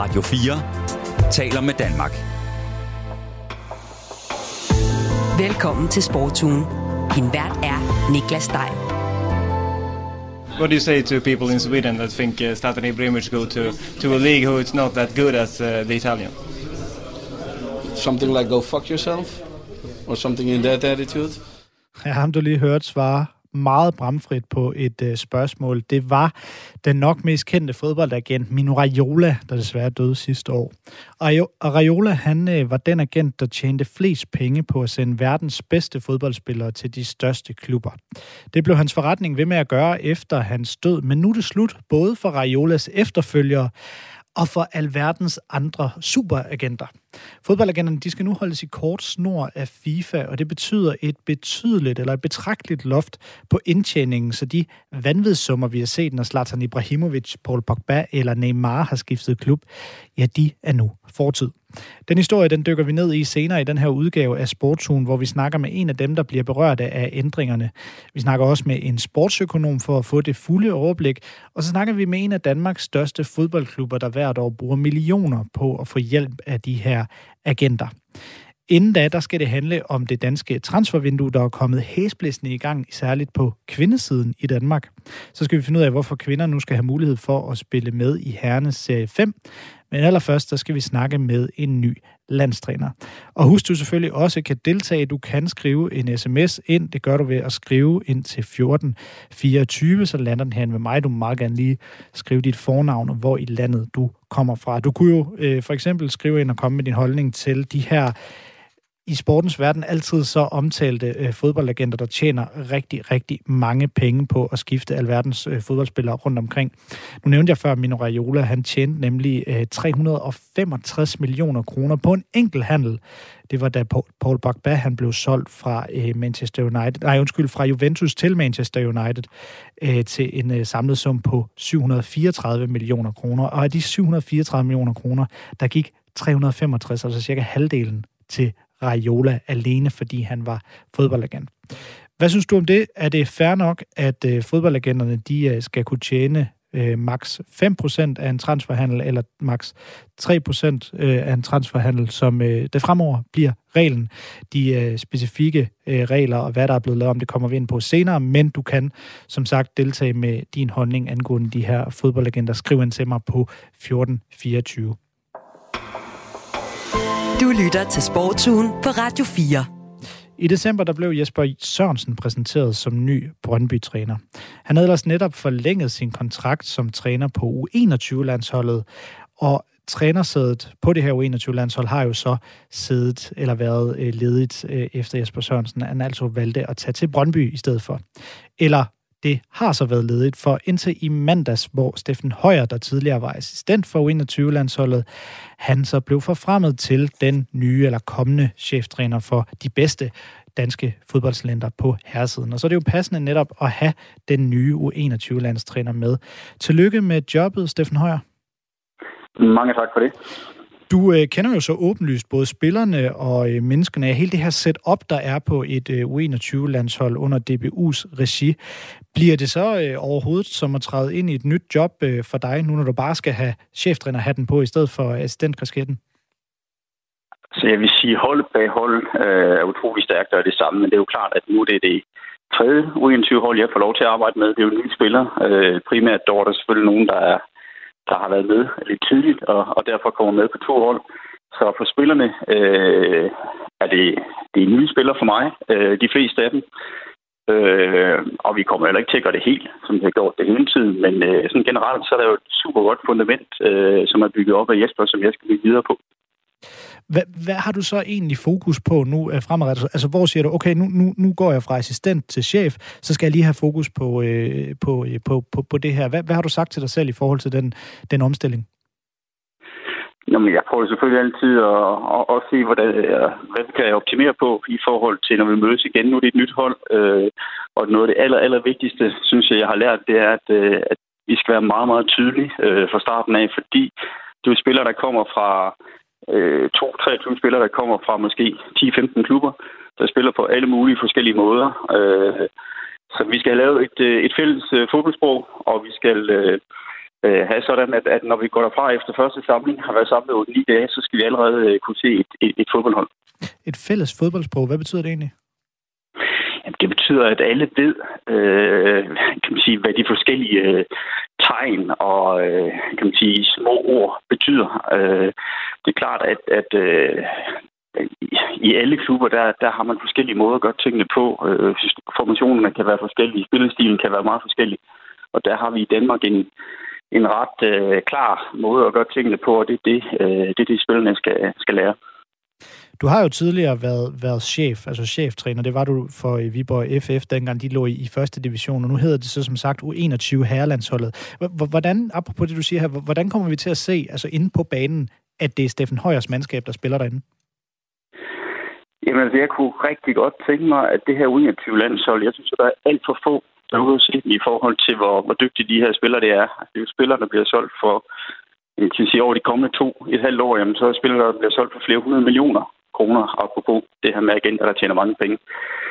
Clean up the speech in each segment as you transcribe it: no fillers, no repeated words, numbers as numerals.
Radio 4 taler med Danmark. Velkommen til Sportsugen. Din vært er Niklas Stein. What do you say to people in Sweden that think Zlatan Ibrahimovic go to a league who is not that good as the Italian? Something like go fuck yourself, or something in that attitude. Ja, ham du lige hørte svare meget bramfrit på et spørgsmål. Det var den nok mest kendte fodboldagent Mino Raiola, der desværre døde sidste år. Og Raiola, han var den agent, der tjente flest penge på at sende verdens bedste fodboldspillere til de største klubber. Det blev hans forretning ved med at gøre efter hans død, men nu er det slut, både for Raiolas efterfølgere og for alverdens andre superagenter. Fodboldagenterne, de skal nu holdes i kort snor af FIFA, og det betyder et betragteligt loft på indtjeningen, så de vanvidssummer, vi har set, når Zlatan Ibrahimovic, Paul Pogba eller Neymar har skiftet klub, ja, de er nu fortid. Den historie, den dykker vi ned i senere i den her udgave af Sportsugen, hvor vi snakker med en af dem, der bliver berørte af ændringerne. Vi snakker også med en sportsøkonom for at få det fulde overblik, og så snakker vi med en af Danmarks største fodboldklubber, der hvert år bruger millioner på at få hjælp af de her agenter. Inden da, der skal det handle om det danske transfervindue, der er kommet hæsblæsende i gang, særligt på kvindesiden i Danmark. Så skal vi finde ud af, hvorfor kvinder nu skal have mulighed for at spille med i herrenes serie 5. Men allerførst, så skal vi snakke med en ny landstræner. Og husk, du selvfølgelig også kan deltage. Du kan skrive en sms ind. Det gør du ved at skrive ind til 1424, så lander den her med mig. Du må meget gerne lige skrive dit fornavn og hvor i landet du kommer fra. Du kunne jo for eksempel skrive ind og komme med din holdning til de her i sportens verden altid så omtalte fodboldagenter, der tjener rigtig, rigtig mange penge på at skifte alverdens fodboldspillere rundt omkring. Nu nævnte jeg før Mino Raiola, han tjente nemlig 365 millioner kroner på en enkelt handel. Det var da Paul Pogba, han blev solgt fra fra Juventus til Manchester United til en samlet sum på 734 millioner kroner. Og af de 734 millioner kroner, der gik 365, altså cirka halvdelen, til Raiola alene, fordi han var fodboldagent. Hvad synes du om det? Er det fair nok, at fodboldagenterne de skal kunne tjene maks 5% af en transferhandel, eller maks 3% af en transferhandel, som det fremover bliver reglen? De specifikke regler og hvad der er blevet lavet om, det kommer vi ind på senere, men du kan som sagt deltage med din holdning angående de her fodboldagenter. Skriv ind til mig på 1424. Du lytter til Sportsugen på Radio 4. I december der blev Jesper Sørensen præsenteret som ny Brøndby-træner. Han havde ellers netop forlænget sin kontrakt som træner på U21-landsholdet, og trænersædet på det her U21-landshold har jo så siddet eller været ledigt efter Jesper Sørensen. Han altså valgte at tage til Brøndby i stedet for. Eller det har så været ledigt, for indtil i mandags, hvor Steffen Højer, der tidligere var assistent for U21-landsholdet, han så blev forfremmet til den nye eller kommende cheftræner for de bedste danske fodboldslænder på herresiden. Og så er det jo passende netop at have den nye U21-landstræner med. Tillykke med jobbet, Steffen Højer. Mange tak for det. Du kender jo så åbenlyst både spillerne og menneskene af hele det her setup, der er på et U21-landshold under DBU's regi. Bliver det så overhovedet som at træde ind i et nyt job for dig, nu når du bare skal have cheftrænerhatten på i stedet for assistentkasketten? Så jeg vil sige, hold bag hold er utrolig stærkt og det samme, men det er jo klart, at nu det er det tredje U21-hold, jeg får lov til at arbejde med. Det er jo nye spillere. Primært dog er der selvfølgelig nogen, der har været med lidt tidligt, og derfor kommer med på 2 hold. Så for spillerne er det nye spillere for mig, de fleste af dem. Og vi kommer heller ikke til at gøre det helt, som vi har gjort det hele tiden, men sådan generelt, så er der jo et super godt fundament, som er bygget op af Jesper, som jeg skal bygge videre på. Hvad har du så egentlig fokus på nu fremadrettet? Altså, hvor siger du, okay, nu går jeg fra assistent til chef, så skal jeg lige have fokus på det her. Hvad har du sagt til dig selv i forhold til den omstilling? Jamen, jeg prøver selvfølgelig altid at se, hvad kan jeg optimere på i forhold til, når vi mødes igen. Nu er det et nyt hold, og noget af det aller vigtigste, synes jeg har lært, det er, at vi skal være meget, meget tydelige fra starten af, fordi det er spillere, der kommer fra 23 spillere, der kommer fra måske 10-15 klubber, der spiller på alle mulige forskellige måder. Så vi skal have lavet et fælles fodboldsprog, og vi skal have sådan, at når vi går derfra efter første samling, har været samlet 8-9 dage, så skal vi allerede kunne se et fodboldhold. Et fælles fodboldsprog, hvad betyder det egentlig? Jamen, det betyder, at alle ved, kan man sige, hvad de forskellige tegn og kan man sige, små ord betyder. Det er klart, at i alle klubber, der har man forskellige måder at gøre tingene på. Formationerne kan være forskellige, spillestilen kan være meget forskellig. Og der har vi i Danmark en ret klar måde at gøre tingene på, og det er det spillerne skal lære. Du har jo tidligere været chef, altså cheftræner. Det var du for Viborg FF, dengang de lå i første division, og nu hedder det så som sagt U21 herrelandsholdet. Hvordan, apropos det du siger her, hvordan kommer vi til at se, altså inde på banen, at det er Steffen Høyers mandskab, der spiller derinde? Jamen, jeg kunne rigtig godt tænke mig, at det her U21-landshold, jeg synes, at der er alt for få derude at se i forhold til, hvor dygtige de her spillere det er. Det er jo spillere, der bliver solgt for, over de kommende 2,5 år, jamen, så er spillere, der bliver solgt for flere 100 millioner kroner, apropos det her med agenter, der tjener mange penge.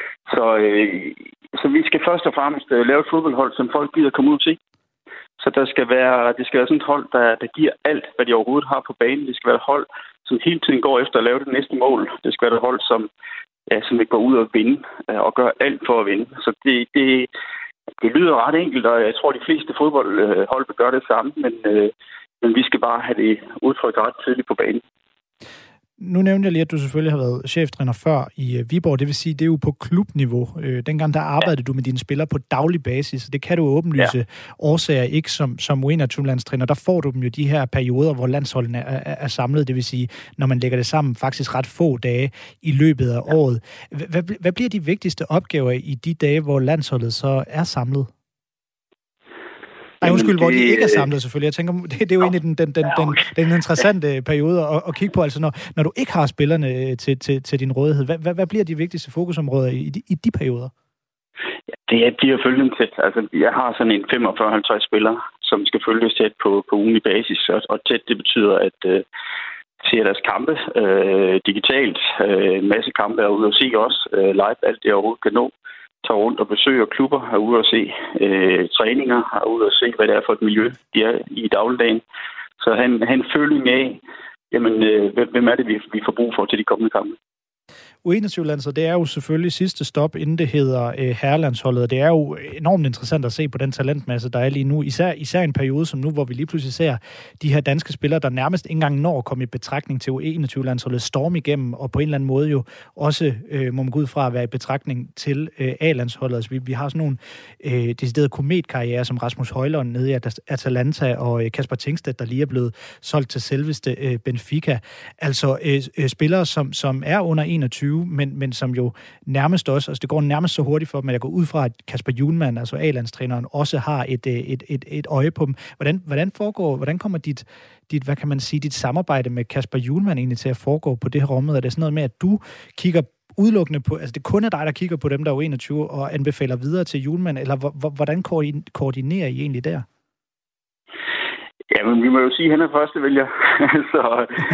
Så vi skal først og fremmest lave et fodboldhold, som folk gider komme ud og se. Så det skal være sådan et hold, der giver alt, hvad de overhovedet har på banen. Det skal være et hold, som hele tiden går efter at lave det næste mål. Det skal være et hold, som ikke går ud og vinde, og gør alt for at vinde. Så det lyder ret enkelt, og jeg tror, de fleste fodboldhold vil gøre det samme, men vi skal bare have det udtrykt ret tidligt på banen. Nu nævnte jeg lige, at du selvfølgelig har været cheftræner før i Viborg. Det vil sige, det er jo på klubniveau. Dengang der arbejdede du med dine spillere på daglig basis, og det kan du åbenlyse årsager ikke som U21-landstræner. Der får du dem jo de her perioder, hvor landsholdene er samlet. Det vil sige, når man lægger det sammen faktisk ret få dage i løbet af året. Hvad bliver de vigtigste opgaver i de dage, hvor landsholdet så er samlet? Hvor de ikke er samlet selvfølgelig. Jeg tænker, det er jo egentlig den interessante periode at kigge på. Altså, når du ikke har spillerne til din rådighed, hvad bliver de vigtigste fokusområder i de perioder? Det bliver følgende tæt. Altså, jeg har sådan en 45-50 spillere, som skal følges tæt på ugenlig basis. Og tæt, det betyder, at ser deres kampe digitalt. En masse kampe er ude at se også. Live, alt det overhovedet kan nå. Tager rundt og besøger klubber, er ude at se træninger, er ude at se, hvad det er for et miljø, de er i dagligdagen. Så han føling af, jamen, hvem er det, vi får brug for til de kommende kampe. U21-landsholdet, det er jo selvfølgelig sidste stop, inden det hedder herrelandsholdet. Det er jo enormt interessant at se på den talentmasse, der er lige nu. Især en periode som nu, hvor vi lige pludselig ser de her danske spillere, der nærmest ikke engang når at komme i betragtning til U21-landsholdet, storme igennem, og på en eller anden måde jo også, må man gå ud fra at være i betragtning til A-landsholdet. Altså, vi har sådan nogle deciderede kometkarrierer, som Rasmus Højlund nede i Atalanta, og Kasper Tengstedt, der lige er blevet solgt til selveste Benfica. Altså spillere, som er under 21, men som jo nærmest også, altså det går nærmest så hurtigt for dem, at jeg går ud fra, at Kasper Hjulmand, altså A-landstræneren, også har et øje på dem. Hvordan kommer dit, hvad kan man sige, dit samarbejde med Kasper Hjulmand egentlig til at foregå på det her område? Er det sådan noget med, at du kigger udelukkende på, altså det kun er dig, der kigger på dem, der er 21 og anbefaler videre til Hjulmand, eller hvordan koordinerer I egentlig der? Ja, men vi må jo sige, at han er førstevælger, så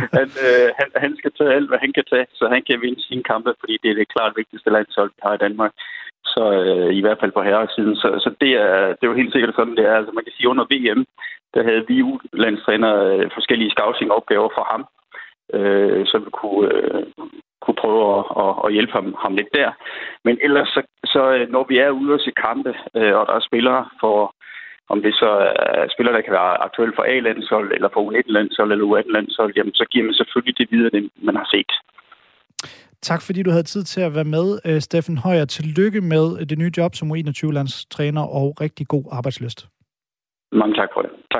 han skal tage alt, hvad han kan tage, så han kan vinde sine kampe, fordi det er det klart vigtigste landshold, vi har i Danmark. Så i hvert fald på herresiden. Så det er jo helt sikkert sådan, det er. Altså man kan sige, under VM, der havde vi landstræner forskellige scouting-opgaver for ham, så vi kunne prøve at hjælpe ham lidt der. Men ellers, så når vi er ude og se kampe, og der er spillere for, om det så er spillere, der kan være aktuelle for A-landshold, eller for U19-landshold, eller U18-landshold, jamen så giver man selvfølgelig det videre, det man har set. Tak fordi du havde tid til at være med, Steffen Høyer. Tillykke med det nye job som U21-landstræner, og rigtig god arbejdslyst. Mange tak for det. Tak.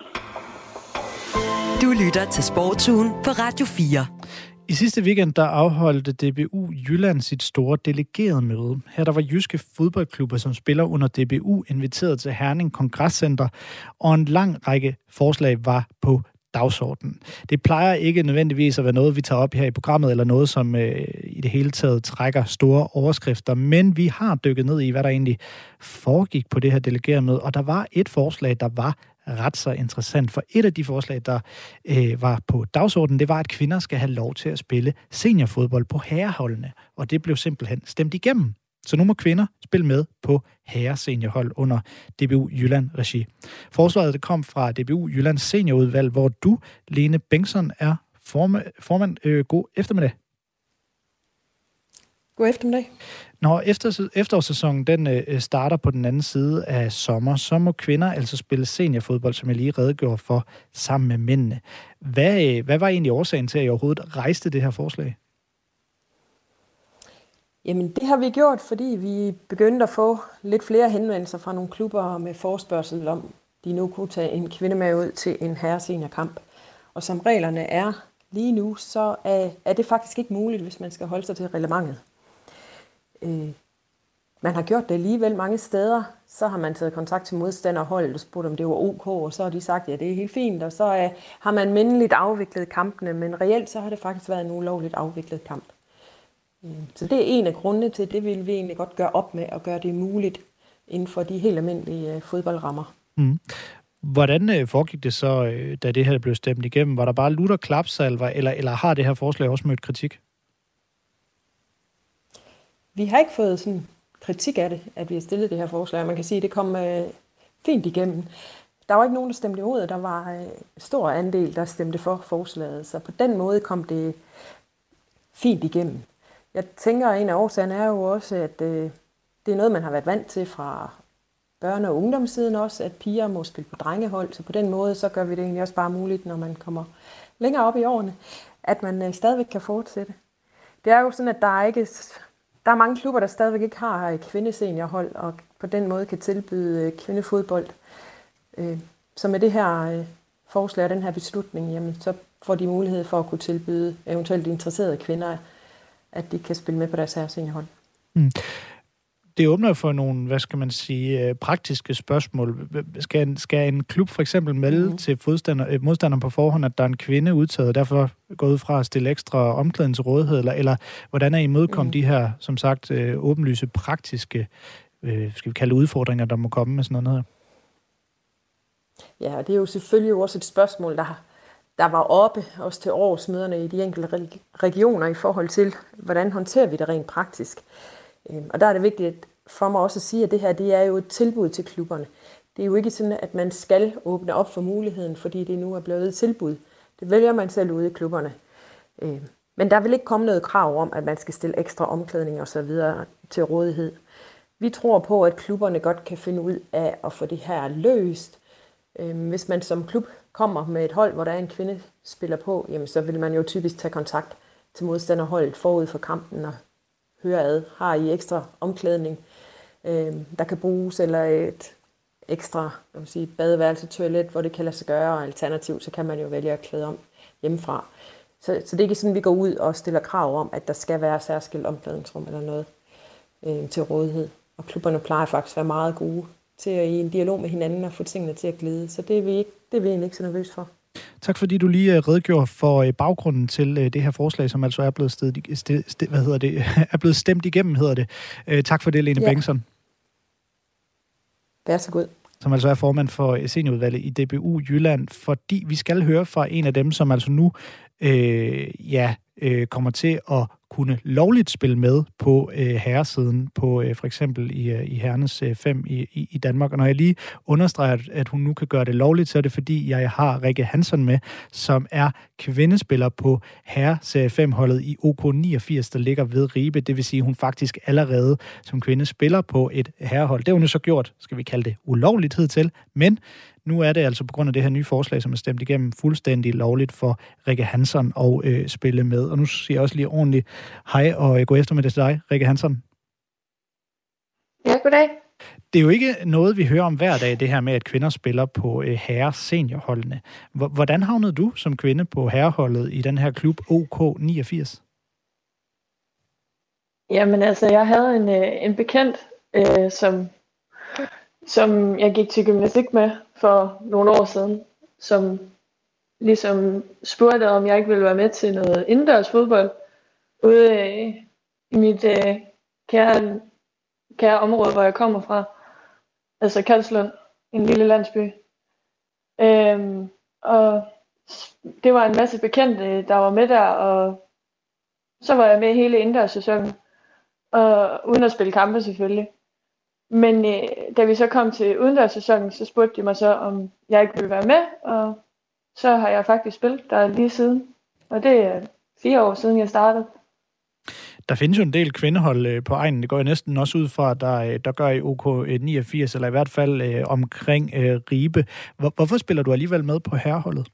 Du lytter til Sportsugen på Radio 4. I sidste weekend, der afholdte DBU Jylland sit store delegerede møde. Her der var jyske fodboldklubber, som spiller under DBU, inviteret til Herning Kongresscenter, og en lang række forslag var på dagsordenen. Det plejer ikke nødvendigvis at være noget, vi tager op her i programmet, eller noget, som i det hele taget trækker store overskrifter, men vi har dykket ned i, hvad der egentlig foregik på det her delegerede møde, og der var et forslag, der var ret så interessant, for et af de forslag, der var på dagsordenen, det var, at kvinder skal have lov til at spille seniorfodbold på herreholdene, og det blev simpelthen stemt igennem. Så nu må kvinder spille med på herreseniorhold under DBU Jylland-regi. Forslaget det kom fra DBU Jyllands seniorudvalg, hvor du, Lene Bengtsson, er formand. God eftermiddag. God eftermiddag. Når efterårssæsonen den starter på den anden side af sommer, så må kvinder altså spille seniorfodbold, som jeg lige redegjorde for, sammen med mændene. Hvad var egentlig årsagen til, at I overhovedet rejste det her forslag? Jamen, det har vi gjort, fordi vi begyndte at få lidt flere henvendelser fra nogle klubber med forespørgsel om, de nu kunne tage en kvinde med ud til en herreseniorkamp. Og som reglerne er lige nu, så er det faktisk ikke muligt, hvis man skal holde sig til reglementet. Man har gjort det alligevel mange steder, så har man taget kontakt til modstanderholdet og spurgt, om det var ok, og så har de sagt, ja, det er helt fint, og så har man mindeligt afviklet kampene, men reelt så har det faktisk været en ulovligt afviklet kamp. Så det er en af grundene til, det vil vi egentlig godt gøre op med, og gøre det muligt inden for de helt almindelige fodboldrammer. Mm. Hvordan foregik det så, da det her blev stemt igennem? Var der bare lutter klapsalver, eller har det her forslag også mødt kritik? Vi har ikke fået sådan kritik af det, at vi har stillet det her forslag. Man kan sige, at det kom fint igennem. Der var ikke nogen, der stemte imod, og der var en stor andel, der stemte for forslaget. Så på den måde kom det fint igennem. Jeg tænker, at en af årsagerne er jo også, at det er noget, man har været vant til fra børne- og ungdomssiden også, at piger må spille på drengehold. Så på den måde, så gør vi det egentlig også bare muligt, når man kommer længere op i årene, at man stadigvæk kan fortsætte. Det er jo sådan, at der er mange klubber, der stadigvæk ikke har kvindeseniorhold, og på den måde kan tilbyde kvindefodbold. Så med det her forslag og den her beslutning, jamen, så får de mulighed for at kunne tilbyde eventuelt interesserede kvinder, at de kan spille med på deres herreseniorhold. Mm. Det åbner for nogle, praktiske spørgsmål. Skal en klub for eksempel melde til modstanderen på forhånd, at der er en kvinde udtaget, og derfor gå ud fra at stille ekstra omklædning til rådighed, eller hvordan er I imødekommet de her, som sagt, åbenlyse praktiske, skal vi kalde udfordringer, der må komme med sådan noget her? Ja, det er jo selvfølgelig også et spørgsmål, der var oppe også til årsmøderne i de enkelte regioner i forhold til, hvordan håndterer vi det rent praktisk. Og der er det vigtigt for mig også at sige, at det her det er jo et tilbud til klubberne. Det er jo ikke sådan, at man skal åbne op for muligheden, fordi det nu er blevet et tilbud. Det vælger man selv ude i klubberne. Men der vil ikke komme noget krav om, at man skal stille ekstra omklædning og så videre til rådighed. Vi tror på, at klubberne godt kan finde ud af at få det her løst. Hvis man som klub kommer med et hold, hvor der er en kvinde spiller på, jamen så vil man jo typisk tage kontakt til modstanderholdet forud for kampen og høre ad. Har I ekstra omklædning, der kan bruges, eller et ekstra badeværelse, toilet, hvor det kan lade sig gøre, og alternativt, så kan man jo vælge at klæde om hjemmefra. Så det er ikke sådan, vi går ud og stiller krav om, at der skal være særskilt omklædningsrum eller noget til rådighed. Og klubberne plejer faktisk at være meget gode til at i en dialog med hinanden og få tingene til at glide. Så det er vi egentlig ikke så nervøs for. Tak fordi du lige redegjorde for baggrunden til det her forslag, som altså er blevet er blevet stemt igennem, hedder det. Tak for det, Lene Bengtsson. Vær så god. Som altså er formand for seniorudvalget i DBU Jylland, fordi vi skal høre fra en af dem, som altså nu kommer til at kunne lovligt spille med på herresiden, på for eksempel i herrenes 5 i Danmark. Og når jeg lige understreger, at hun nu kan gøre det lovligt, så er det fordi, jeg har Rikke Hansson med, som er kvindespiller på herreserie 5-holdet i OK 89, der ligger ved Ribe. Det vil sige, at hun faktisk allerede som kvinde spiller på et herrehold. Det har hun jo så gjort, skal vi kalde det, ulovlighed til, men nu er det altså på grund af det her nye forslag, som er stemt igennem, fuldstændig lovligt for Rikke Hansson at spille med. Og nu siger jeg også lige ordentligt hej og god eftermiddag til dig, Rikke Hansson. Ja, goddag. Det er jo ikke noget, vi hører om hver dag, det her med, at kvinder spiller på herre-seniorholdene. Hvordan havnede du som kvinde på herreholdet i den her klub OK 89? Jamen altså, jeg havde en bekendt, som jeg gik til gymnastik med for nogle år siden, som ligesom spurgte, om jeg ikke ville være med til noget indendørs fodbold ude i mit kære område, hvor jeg kommer fra. Altså Kalslund, en lille landsby. Og det var en masse bekendte, der var med der, og så var jeg med hele indendørs sæsonen. og uden at spille kampe selvfølgelig. Men da vi så kom til udendørssæsonen, så spurgte de mig så, om jeg ikke ville være med, og så har jeg faktisk spillet der lige siden. Og det er 4 år siden, jeg startede. Der findes jo en del kvindehold på egnen. Det går jo næsten også ud fra, der gør i OK 89, eller i hvert fald omkring Ribe. Hvorfor spiller du alligevel med på herreholdet?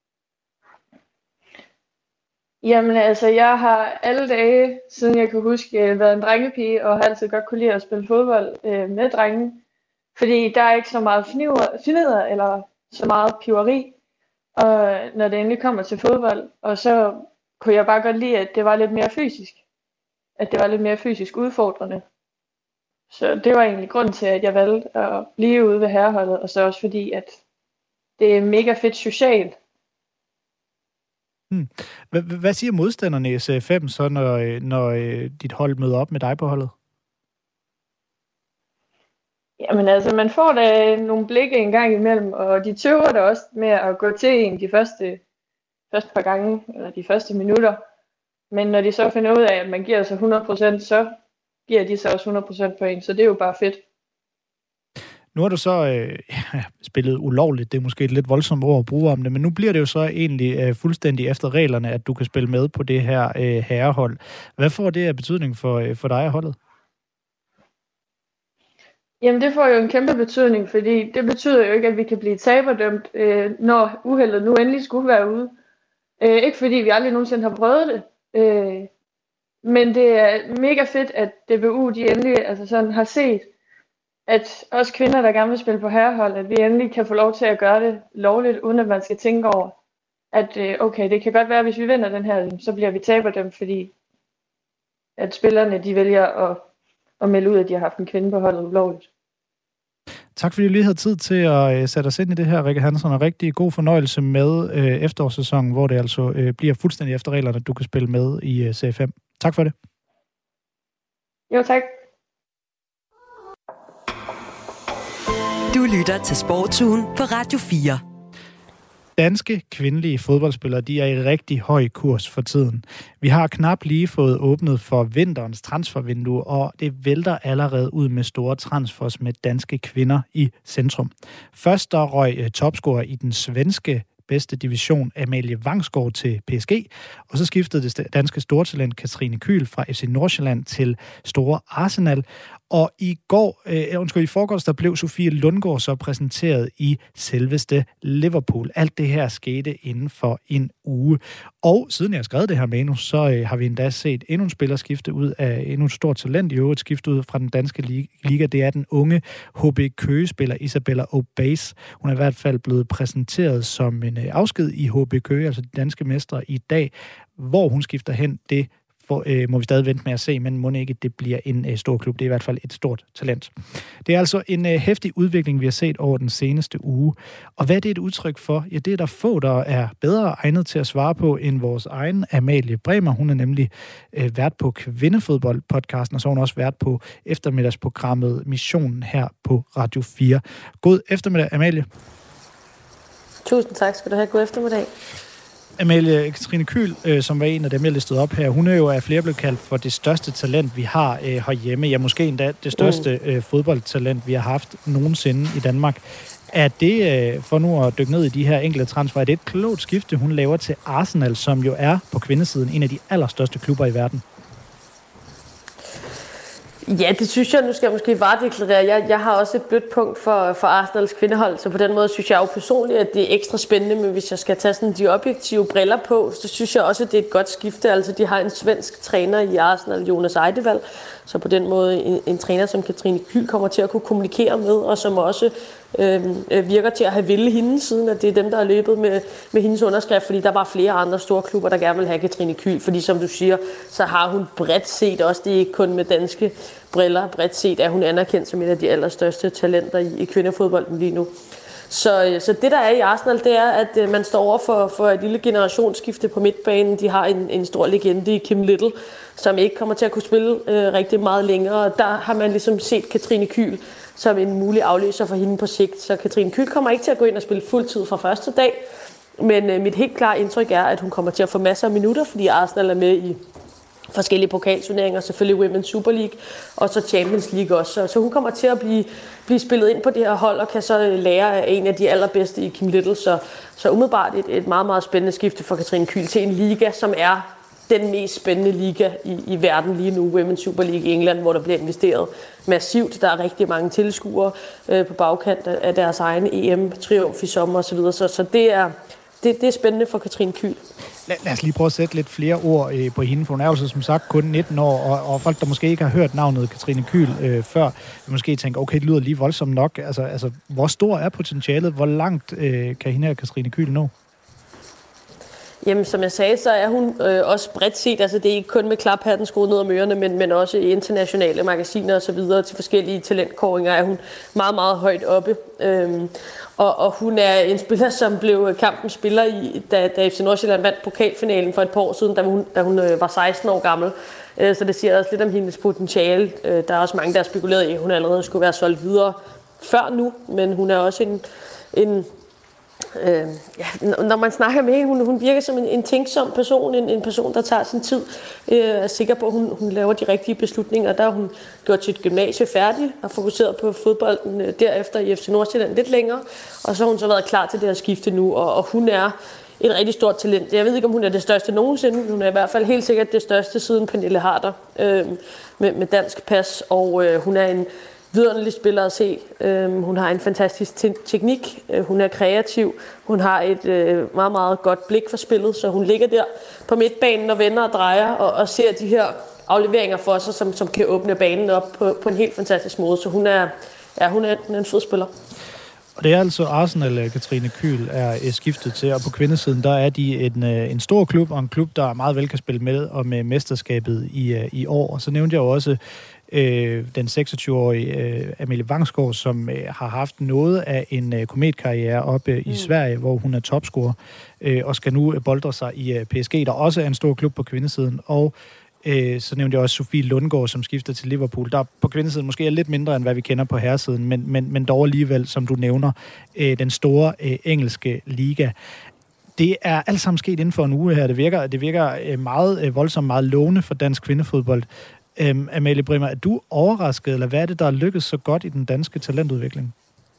Jamen altså, jeg har alle dage, siden jeg kan huske, været en drengepige, og har altid godt kunne lide at spille fodbold med drenge. Fordi der er ikke så meget fnidder eller så meget piveri, og når det endelig kommer til fodbold. Og så kunne jeg bare godt lide, at det var lidt mere fysisk. At det var lidt mere fysisk udfordrende. Så det var egentlig grund til, at jeg valgte at blive ude ved herreholdet, og så også fordi, at det er mega fedt socialt. Hvad siger modstanderne i SF5 så, når dit hold møder op med dig på holdet? Jamen altså, man får da nogle blikke en gang imellem, og de tøver da også med at gå til en de første par gange, eller de første minutter. Men når de så finder ud af, at man giver sig 100%, så giver de sig også 100% på en, så det er jo bare fedt. Nu har du så spillet ulovligt, det er måske et lidt voldsomt ord at bruge om det, men nu bliver det jo så egentlig fuldstændig efter reglerne, at du kan spille med på det her herrehold. Hvad får det af betydning for dig og holdet? Jamen det får jo en kæmpe betydning, fordi det betyder jo ikke, at vi kan blive taberdømt, når uheldet nu endelig skulle være ude. Ikke fordi vi aldrig nogensinde har prøvet det, men det er mega fedt, at DBU de endelig altså sådan, har set, at os kvinder, der gerne vil spille på herrehold, at vi endelig kan få lov til at gøre det lovligt, uden at man skal tænke over, at okay, det kan godt være, at hvis vi vinder den her, så bliver vi taberdømt, fordi at spillerne de vælger at melde ud, at de har haft en kvinde på holdet ulovligt. Tak fordi du lige havde tid til at sætte os ind i det her, Rikke Hansen, og rigtig god fornøjelse med efterårssæsonen, hvor det altså bliver fuldstændig efter reglerne, at du kan spille med i CFM. Tak for det. Jo, tak. Du lytter til Sportsugen på Radio 4. Danske kvindelige fodboldspillere, de er i rigtig høj kurs for tiden. Vi har knap lige fået åbnet for vinterens transfervindue, og det vælter allerede ud med store transfers med danske kvinder i centrum. Først der røg topscorer i den svenske bedste division, Amalie Vangsgaard, til PSG, og så skiftede det danske stortalent Katrine Kyhl fra FC Nordsjælland til store Arsenal. Og i forgårs, der blev Sofie Lundgaard så præsenteret i selveste Liverpool. Alt det her skete inden for en uge. Og siden jeg har skrevet det her manus, så har vi endda set endnu en spiller skifte ud af endnu et stort talent, i øvrigt skifte ud fra den danske liga. Det er den unge HB Køge-spiller Isabella Obeys. Hun er i hvert fald blevet præsenteret som en afsked i HB Køge, altså de danske mestre i dag. Hvor hun skifter hen, det må vi stadig vente med at se, men må ikke det bliver en stor klub. Det er i hvert fald et stort talent. Det er altså en heftig udvikling, vi har set over den seneste uge. Og hvad er det et udtryk for? Ja, det er der få, der er bedre egnet til at svare på end vores egen Amalie Bremer. Hun er nemlig vært på Kvindefodbold-podcasten, og så er hun også vært på eftermiddagsprogrammet Missionen her på Radio 4. God eftermiddag, Amalie. Tusind tak skal du have. God eftermiddag. Amalie, Katrine Kyhl, som var en af dem, jeg listede op her, hun er jo af flere blevet kaldt for det største talent, vi har herhjemme. Ja, måske endda det største fodboldtalent, vi har haft nogensinde i Danmark. Er det, for nu at dykke ned i de her enkelte transfer, er det et klogt skifte, hun laver til Arsenal, som jo er på kvindesiden en af de allerstørste klubber i verden? Ja, det synes jeg, nu skal jeg måske varedeklarere. Jeg har også et blødt punkt for Arsenals kvindehold, så på den måde synes jeg jo personligt, at det er ekstra spændende, men hvis jeg skal tage sådan de objektive briller på, så synes jeg også, at det er et godt skifte. Altså, de har en svensk træner i Arsenal, Jonas Eidevall, så på den måde en træner, som Katrine Kyhl kommer til at kunne kommunikere med, og som også virker til at have ville hende, siden at det er dem, der har løbet med hendes underskrift, fordi der var flere andre store klubber, der gerne vil have Katrine Kyhl, fordi som du siger, så har hun bredt set, også det er ikke kun med danske briller, bredt set er hun anerkendt som et af de allerstørste talenter i kvindefodbolden lige nu. Så det, der er i Arsenal, det er, at man står over for et lille generationsskifte på midtbanen. De har en stor legende i Kim Little, som ikke kommer til at kunne spille rigtig meget længere. Og der har man ligesom set Katrine Kyhl som en mulig afløser for hende på sigt. Så Katrine Kyhl kommer ikke til at gå ind og spille fuldtid fra første dag. Men mit helt klare indtryk er, at hun kommer til at få masser af minutter, fordi Arsenal er med forskellige pokalturneringer, selvfølgelig Women's Super League, og så Champions League også. Så hun kommer til at blive spillet ind på det her hold, og kan så lære af en af de allerbedste i Kim Little. Så umiddelbart et meget, meget spændende skifte for Katrine Kyhl til en liga, som er den mest spændende liga i verden lige nu, Women's Super League i England, hvor der bliver investeret massivt. Der er rigtig mange tilskuere på bagkant af deres egen EM-triumf i sommer osv. Så det er spændende for Katrine Kyhl. Lad os lige prøve at sætte lidt flere ord på hende, for hun er jo som sagt kun 19 år, og folk, der måske ikke har hørt navnet Katrine Kyhl før, vil måske tænke, okay, det lyder lige voldsomt nok. Altså, hvor stor er potentialet? Hvor langt kan hende og Katrine Kyhl nå? Jamen, som jeg sagde, så er hun også bredt set. Altså, det er ikke kun med klaphatten skruet ned om ørerne, men også i internationale magasiner og så videre til forskellige talentkåringer er hun meget, meget højt oppe. Og hun er en spiller, som blev kampens spiller da FC Nordsjælland vandt pokalfinalen for et par år siden, da hun var 16 år gammel. Så det siger også lidt om hendes potentiale. Der er også mange, der har spekuleret i, at hun allerede skulle være solgt videre før nu, men hun er også når man snakker med hende, hun virker som en tænksom person, en person, der tager sin tid, er sikker på, at hun laver de rigtige beslutninger. Der har hun gjort sit gymnasie færdigt og fokuseret på fodbolden derefter i FC Nordsjælland lidt længere, og så har hun så været klar til det her skifte nu, og hun er et rigtig stort talent. Jeg ved ikke, om hun er det største nogensinde, hun er i hvert fald helt sikkert det største siden Pernille Harder med dansk pas, og hun er en vidunderlig spiller at se. Hun har en fantastisk teknik, hun er kreativ, hun har et meget, meget godt blik for spillet, så hun ligger der på midtbanen og vender og drejer og ser de her afleveringer for sig, som kan åbne banen op på en helt fantastisk måde. Så hun er en fed spiller. Og det er altså Arsenal, Katrine Kyhl er skiftet til, og på kvindesiden, der er de en stor klub, og en klub, der meget vel kan spille med og med mesterskabet i år. Og så nævnte jeg jo også den 26-årige Amalie Vangsgaard, som har haft noget af en kometkarriere oppe i Sverige, hvor hun er topscorer, og skal nu boldre sig i PSG, der også er en stor klub på kvindesiden. Og så nævnte jeg også Sofie Lundgaard, som skifter til Liverpool, der på kvindesiden måske er lidt mindre, end hvad vi kender på herresiden, men dog alligevel, som du nævner, den store engelske liga. Det er alt sammen sket inden for en uge her. Det virker meget voldsomt, meget lovende for dansk kvindefodbold. Amalie Brimmer, er du overrasket, eller hvad er det, der er lykkedes så godt i den danske talentudvikling?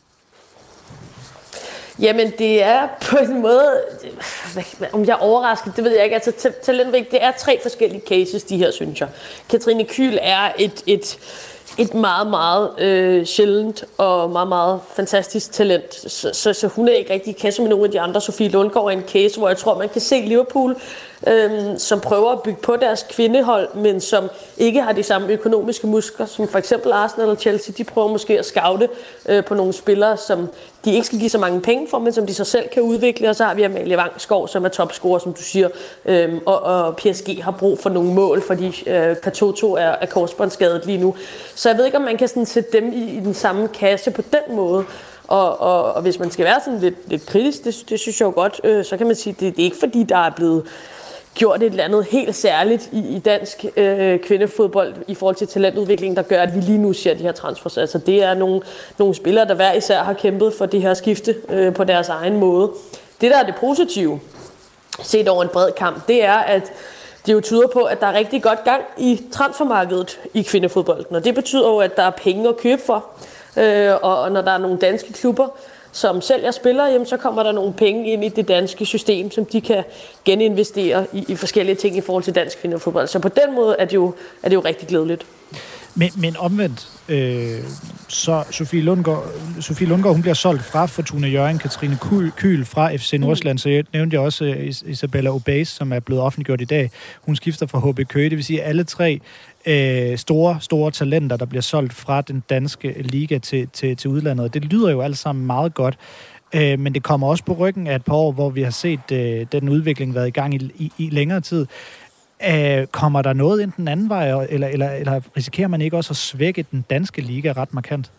Jamen, det er på en måde, om jeg er overrasket, det ved jeg ikke. Altså, talentudvikling, det er 3 forskellige cases, de her, synes jeg. Katrine Kyhl er et meget, meget sjældent og meget, meget fantastisk talent. Så hun er ikke rigtig i kasse med nogle af de andre. Sofie Lundgaard er en case, hvor jeg tror, man kan se Liverpool, som prøver at bygge på deres kvindehold, men som ikke har de samme økonomiske muskler, som for eksempel Arsenal og Chelsea. De prøver måske at scoute på nogle spillere, som de ikke skal give så mange penge for, men som de så selv kan udvikle. Og så har vi Amalie Vangsgaard, som er topscorer, som du siger, og PSG har brug for nogle mål, fordi Katoto er korsbåndsskadet lige nu. Så jeg ved ikke, om man kan sådan sætte dem i den samme kasse på den måde. Og hvis man skal være sådan lidt kritisk, det synes jeg jo godt, så kan man sige, at det er ikke fordi, der er blevet gjort et eller andet helt særligt i dansk kvindefodbold i forhold til talentudvikling, der gør, at vi lige nu ser de her transfers. Altså det er nogle spillere, der hver især har kæmpet for det her skifte på deres egen måde. Det, der er det positive, set over en bred kamp, det er, at det jo tyder på, at der er rigtig godt gang i transfermarkedet i kvindefodbolden. Og det betyder jo, at der er penge at købe for. Og når der er nogle danske klubber, som sælger spillere, jamen, så kommer der nogle penge ind i det danske system, som de kan geninvestere i forskellige ting i forhold til dansk kvindefodbold. Så på den måde er det jo rigtig glædeligt. Men omvendt, så Sofie Lundgaard, hun bliver solgt fra Fortuna Hjørring, Katrine Kyhl fra FC Nordsjælland, så jeg nævnte også Isabella Obeis, som er blevet offentliggjort i dag. Hun skifter fra HB Køge, det vil sige alle 3 store talenter, der bliver solgt fra den danske liga til udlandet. Det lyder jo alt sammen meget godt, men det kommer også på ryggen af et par år, hvor vi har set den udvikling været i gang i længere tid. Kommer der noget ind den anden vej, eller risikerer man ikke også at svække den danske liga ret markant?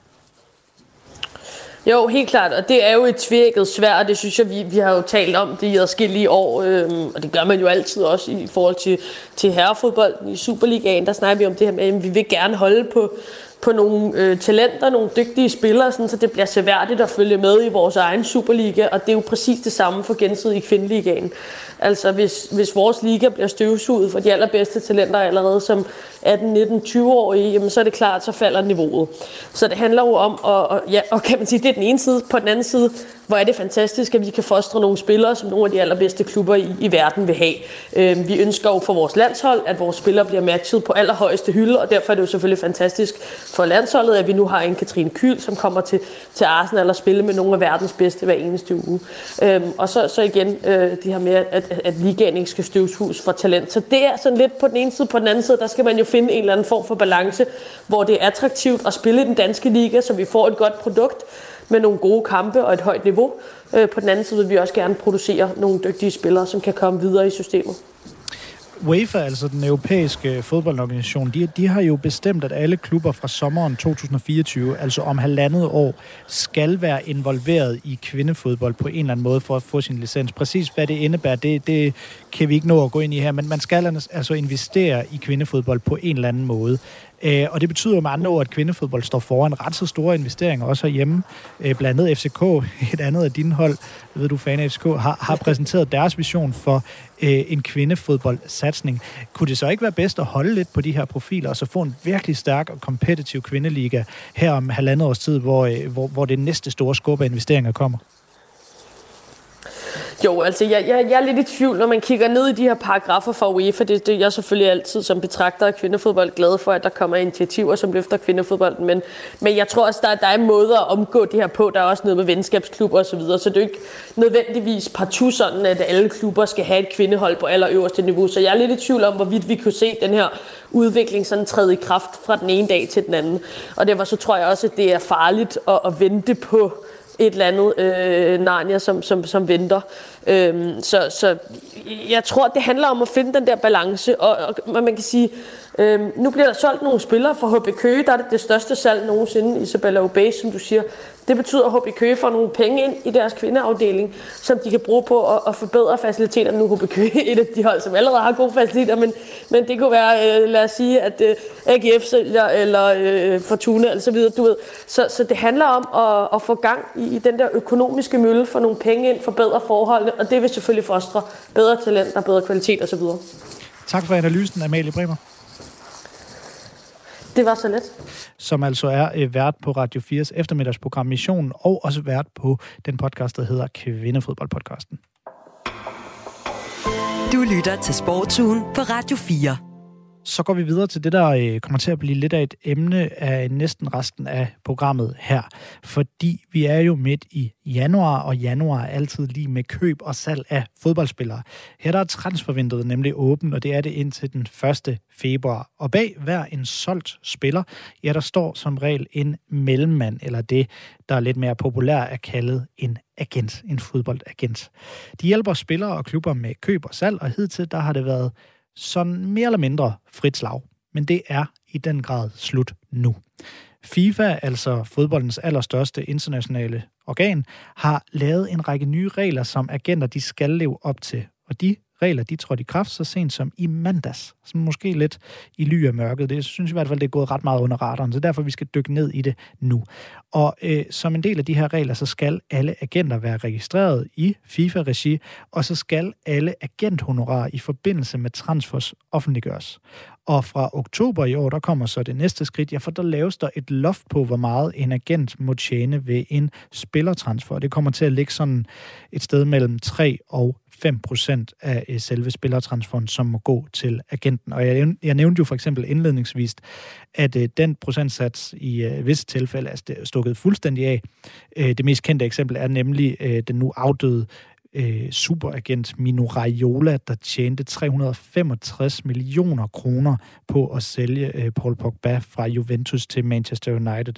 Jo, helt klart, og det er jo et tvækket sværd, og det synes jeg, vi har jo talt om det i adskillige år, og det gør man jo altid også i forhold til herrefodbold i Superligaen. Der snakker vi om det her med, at vi vil gerne holde på nogle talenter, nogle dygtige spillere, sådan, så det bliver seværdigt at følge med i vores egen Superliga, og det er jo præcis det samme for gensidig kvindeligaen. Altså hvis vores liga bliver støvsuget for de allerbedste talenter allerede som 18, 19, 20-årige, jamen så er det klart, så falder niveauet. Så det handler jo om, og kan man sige, det er den ene side. På den anden side, hvor er det fantastisk, at vi kan fostre nogle spillere, som nogle af de allerbedste klubber i verden vil have. Vi ønsker jo for vores landshold, at vores spillere bliver matchet på allerhøjeste hylde, og derfor er det jo selvfølgelig fantastisk for landsholdet, at vi nu har en Katrine Kyl, som kommer til Arsenal og spille med nogle af verdens bedste hver eneste uge. Og så igen det her med, at ligaen ikke skal støvsuges for talent. Så det er sådan lidt på den ene side. På den anden side, der skal man jo finde en eller anden form for balance, hvor det er attraktivt at spille i den danske liga, så vi får et godt produkt med nogle gode kampe og et højt niveau. På den anden side vil vi også gerne producere nogle dygtige spillere, som kan komme videre i systemet. UEFA, altså den europæiske fodboldorganisation, de har jo bestemt, at alle klubber fra sommeren 2024, altså om 1,5 år, skal være involveret i kvindefodbold på en eller anden måde for at få sin licens. Præcis hvad det indebærer, det kan vi ikke nå at gå ind i her, men man skal altså investere i kvindefodbold på en eller anden måde. Og det betyder med andre ord, at kvindefodbold står foran ret så store investeringer, også herhjemme. Blandt andet FCK, et andet af dine hold, jeg ved du fan af FCK, har præsenteret deres vision for en kvindefodboldsatsning. Kunne det så ikke være bedst at holde lidt på de her profiler, og så få en virkelig stærk og kompetitiv kvindeliga her om 1,5 års tid, hvor det næste store skub af investeringer kommer? Jo, altså jeg er lidt i tvivl, når man kigger ned i de her paragrafer fra UEFA. Det er jeg selvfølgelig altid som betragter af kvindefodbold glad for, at der kommer initiativer, som løfter kvindefodbolden. Men jeg tror også, der er måder at omgå det her på. Der er også noget med venskabsklubber osv., så det er jo ikke nødvendigvis partout sådan, at alle klubber skal have et kvindehold på allerøverste niveau. Så jeg er lidt i tvivl om, hvorvidt vi kunne se den her udvikling sådan træde i kraft fra den ene dag til den anden. Og derfor så tror jeg også, at det er farligt at vente på et eller andet Narnia, som venter. Så jeg tror, det handler om at finde den der balance, og man kan sige, nu bliver der solgt nogle spillere fra HB Køge, der er det største salg nogensinde, Isabella Obey, som du siger. Det betyder, at HB Køge får nogle penge ind i deres kvindeafdeling, som de kan bruge på at forbedre faciliteterne. Nu HB Køge et af de hold, som allerede har gode faciliteter, men det kunne være, lad os sige, at AGF sælger, eller Fortuna, eller så videre, du ved. Så det handler om at få gang i den der økonomiske mølle, få nogle penge ind, forbedre forholdene, og det vil selvfølgelig fostre bedre talenter, bedre kvalitet osv. Tak for analysen, Amalie Bremer. Det var så let. Som altså er vært på Radio 4's eftermiddagsprogram Mission, og også vært på den podcast, der hedder Kvindefodboldpodcasten. Du lytter til Sportsugen på Radio 4. Så går vi videre til det, der kommer til at blive lidt af et emne af næsten resten af programmet her. Fordi vi er jo midt i januar, og januar er altid lige med køb og salg af fodboldspillere. Her der er transfervinduet nemlig åbent, og det er det indtil den 1. februar. Og bag hver en solgt spiller, ja, der står som regel en mellemmand, eller det, der er lidt mere populært er kaldet en agent, en fodboldagent. De hjælper spillere og klubber med køb og salg, og hidtil der har det været sådan mere eller mindre frit slag. Men det er i den grad slut nu. FIFA, altså fodboldens allerstørste internationale organ, har lavet en række nye regler, som agenter de skal leve op til. Og de regler, de trådte i kraft så sent som i mandags. Som måske lidt i ly af mørket. Det synes jeg i hvert fald, det er gået ret meget under radaren. Så derfor vi skal dykke ned i det nu. Og som en del af de her regler, så skal alle agenter være registreret i FIFA-regi, og så skal alle agenthonorarer i forbindelse med transfers offentliggøres. Og fra oktober i år, der kommer så det næste skridt, ja, for der laves der et loft på, hvor meget en agent må tjene ved en spillertransfer. Det kommer til at ligge sådan et sted mellem 3 og 5% af selve spillertransferen, som må gå til agenten. Og jeg nævnte jo for eksempel indledningsvis, at den procentsats i visse tilfælde er stukket fuldstændig af. Det mest kendte eksempel er nemlig den nu afdøde superagent Mino Raiola, der tjente 365 millioner kroner på at sælge Paul Pogba fra Juventus til Manchester United.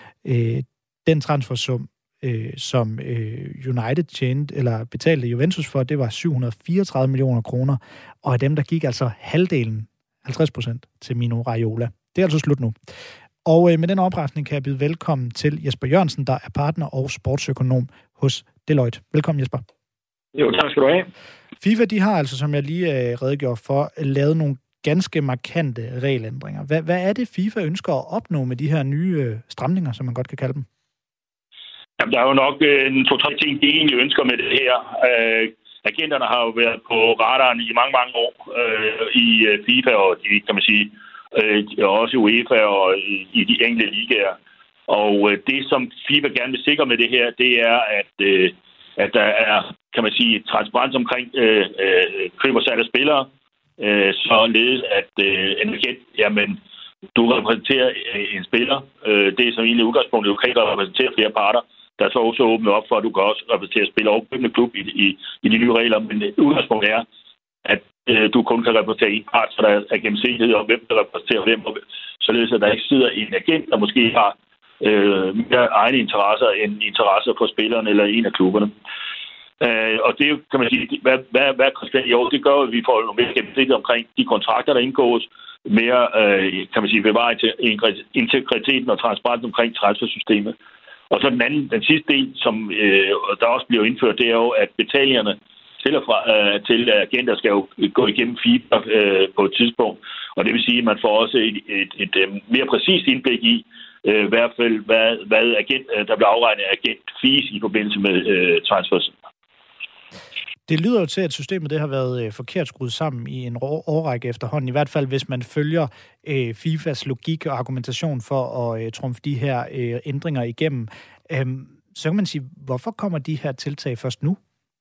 Den transfersum, som United tjente, eller betalte Juventus for, det var 734 millioner kroner, og af dem, der gik altså halvdelen, 50% til Mino Raiola. Det er altså slut nu. Og med den oprejsning kan jeg byde velkommen til Jesper Jørgensen, der er partner og sportsøkonom hos Deloitte. Velkommen, Jesper. Jo, tak skal du have. FIFA, de har altså, som jeg lige redegjorde for, lavet nogle ganske markante regelændringer. Hvad er det, FIFA ønsker at opnå med de her nye stramninger, som man godt kan kalde dem? Jamen, der er jo nok en 2-3 ting, de egentlig ønsker med det her. Agenterne har jo været på radaren i mange, mange år i FIFA og de, kan man sige, også i UEFA og i de enkelte ligaer. Og det, som FIFA gerne vil sikre med det her, det er, at der er, kan man sige, transparens omkring køb og salg af spillere, således at en agent, jamen, du repræsenterer en spiller. Det er som egentlig udgangspunktet, du kan ikke repræsentere flere parter. Der er så også åbnet op for, at du kan også repræsentere spillere og købende klub i de nye regler. Men udgangspunktet er, at du kun kan repræsentere en part, så der er gennemsigtighed om, hvem der repræsenterer hvem. Således at der ikke sidder en agent, der måske har mere egne interesser end interesser for spillerne eller en af klubberne. Og det er jo, kan man sige, hvad er konsekvent i år? Det gør, at vi får noget mere gennemsigtighed omkring de kontrakter, der indgås. Mere, kan man sige, bevare integriteten og transparens omkring transfersystemet. Og så den sidste del, som der også bliver indført, det er jo, at betalingerne til agenter skal jo gå igennem FIFA på et tidspunkt. Og det vil sige, at man får også et mere præcist indblik i hvert fald, hvad der bliver afregnet af agent-fees i forbindelse med transfers. Det lyder jo til, at systemet det har været forkert skruet sammen i en årrække efterhånden. I hvert fald, hvis man følger FIFAs logik og argumentation for at trumfe de her ændringer igennem. Så kan man sige, hvorfor kommer de her tiltag først nu?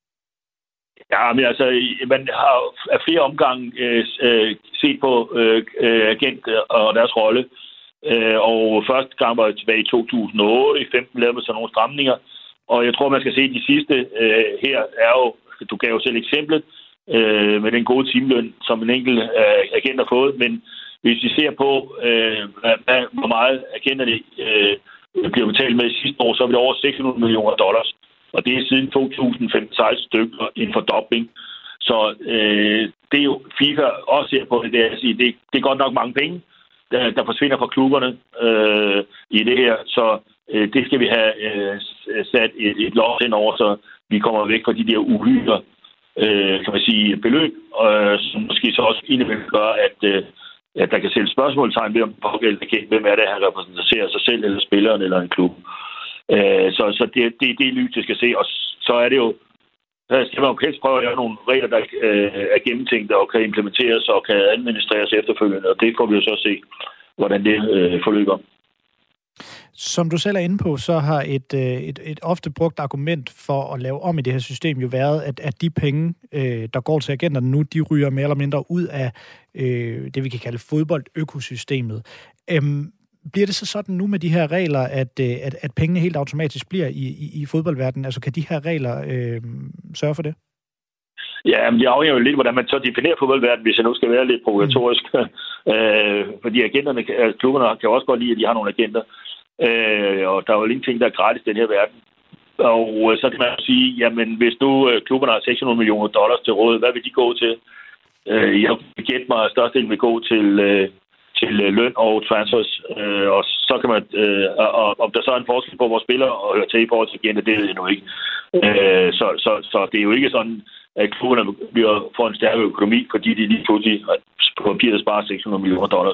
Ja, men altså, man har af flere omgange set på agenter og deres rolle. Og første gang var tilbage i 2008. I 2015 lavede man så nogle stramninger. Og jeg tror, man skal se de sidste her er jo, du gav jo selv eksemplet, med den gode timeløn, som en enkelt agent har fået. Men hvis vi ser på, hvor meget agenterne bliver betalt med i sidste år, så er det over $600 million. Og det er siden 2015-16 stykker en fordobling. Så det er jo FIFA også ser på, det er at sige, det er godt nok mange penge, der forsvinder fra klubberne i det her. Så det skal vi have sat et loft hen over, så vi kommer væk fra de der uhyre, kan man sige, beløb, som måske så også indimellem gør, at der kan sætte spørgsmålstegn ved, om hvem er det, han repræsenterer sig selv, eller spilleren, eller en klub. Så det er det lys, det skal se. Og så er det jo, der skal man jo helst prøve at lave nogle regler, der er gennemtænkte og kan implementeres og kan administreres efterfølgende, og det får vi jo så se, hvordan det forløber. Som du selv er inde på, så har et ofte brugt argument for at lave om i det her system jo været, at de penge, der går til agenterne nu, de ryger mere eller mindre ud af det, vi kan kalde fodboldøkosystemet. Bliver det så sådan nu med de her regler, at pengene helt automatisk bliver i fodboldverdenen? Altså kan de her regler sørge for det? Ja, men det afhænger jo lidt, hvordan man så definerer fodboldverdenen, hvis jeg nu skal være lidt provokatorisk. Fordi agenterne, klubberne kan også godt lide, at de har nogle agenter. Og der er jo ingenting, der er gratis i den her verden. Og så kan man sige, jamen hvis nu klubberne har $600 million til råd, hvad vil de gå til? Jeg vil gætte mig, at størstedelen vil gå til løn og transfers. Og så kan man, om der så er en forskel på vores spillere og hører til i forhold til agenter, det ved jeg nu ikke. Så det er jo ikke sådan, at klubberne får en stærk økonomi, fordi de lige pludselig på papiret sparer $600 million.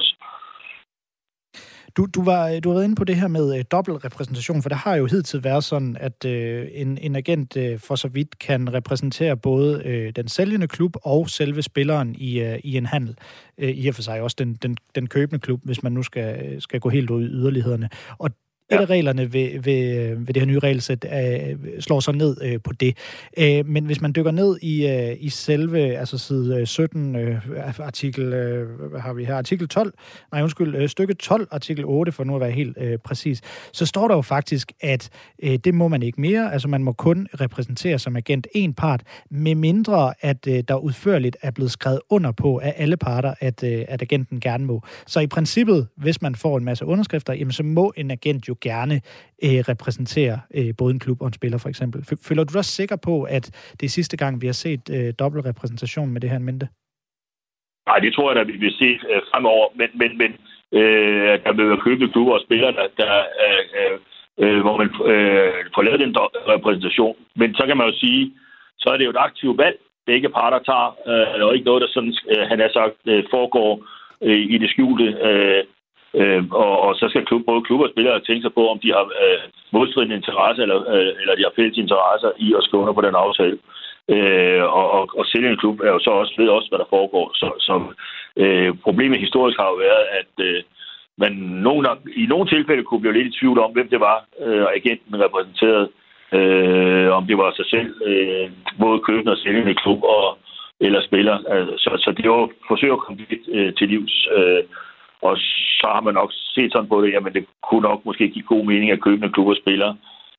Du har været inde på det her med dobbelt repræsentation, for der har jo hidtil været sådan, at en agent for så vidt kan repræsentere både den sælgende klub og selve spilleren i en handel. I og for sig også den købende klub, hvis man nu skal gå helt ud i yderlighederne. Og et af reglerne ved det her nye regelsæt slår så ned på det. Men hvis man dykker ned i selve, altså side 17, artikel, hvad har vi her? Artikel 12, stykke 12, artikel 8, for nu at være helt præcis, så står der jo faktisk, at det må man ikke mere. Altså man må kun repræsentere som agent en part, med mindre at der udførligt er blevet skrevet under på af alle parter, at agenten gerne må. Så i princippet, hvis man får en masse underskrifter, jamen så må en agent jo gerne repræsentere både en klub og en spiller, for eksempel. Føler du dig sikker på, at det er sidste gang, vi har set dobbelt repræsentation med det her en mente? Nej, det tror jeg, at vi vil se fremover. Men der vil være købende klubber og spillere, hvor man får lavet den repræsentation. Men så kan man jo sige, så er det jo et aktivt valg begge parter tager, og ikke noget, der sådan, han har sagt, foregår i det skjulte. Og så skal både klubber og spillere tænke sig på, om de har modstridende interesse, eller de har fælles interesser i at skrive under på den aftale. Og sælge en klub er jo så også, ved også, hvad der foregår. Så problemet historisk har jo været, at man i nogle tilfælde kunne blive lidt i tvivl om, hvem det var, agenten repræsenterede. Om det var sig selv, både købende og sælgende klub eller spiller. Så det er jo forsøg at komme til livs. Og så har man nok set sådan på det, jamen det kunne nok måske give god mening at købende klub og spillere.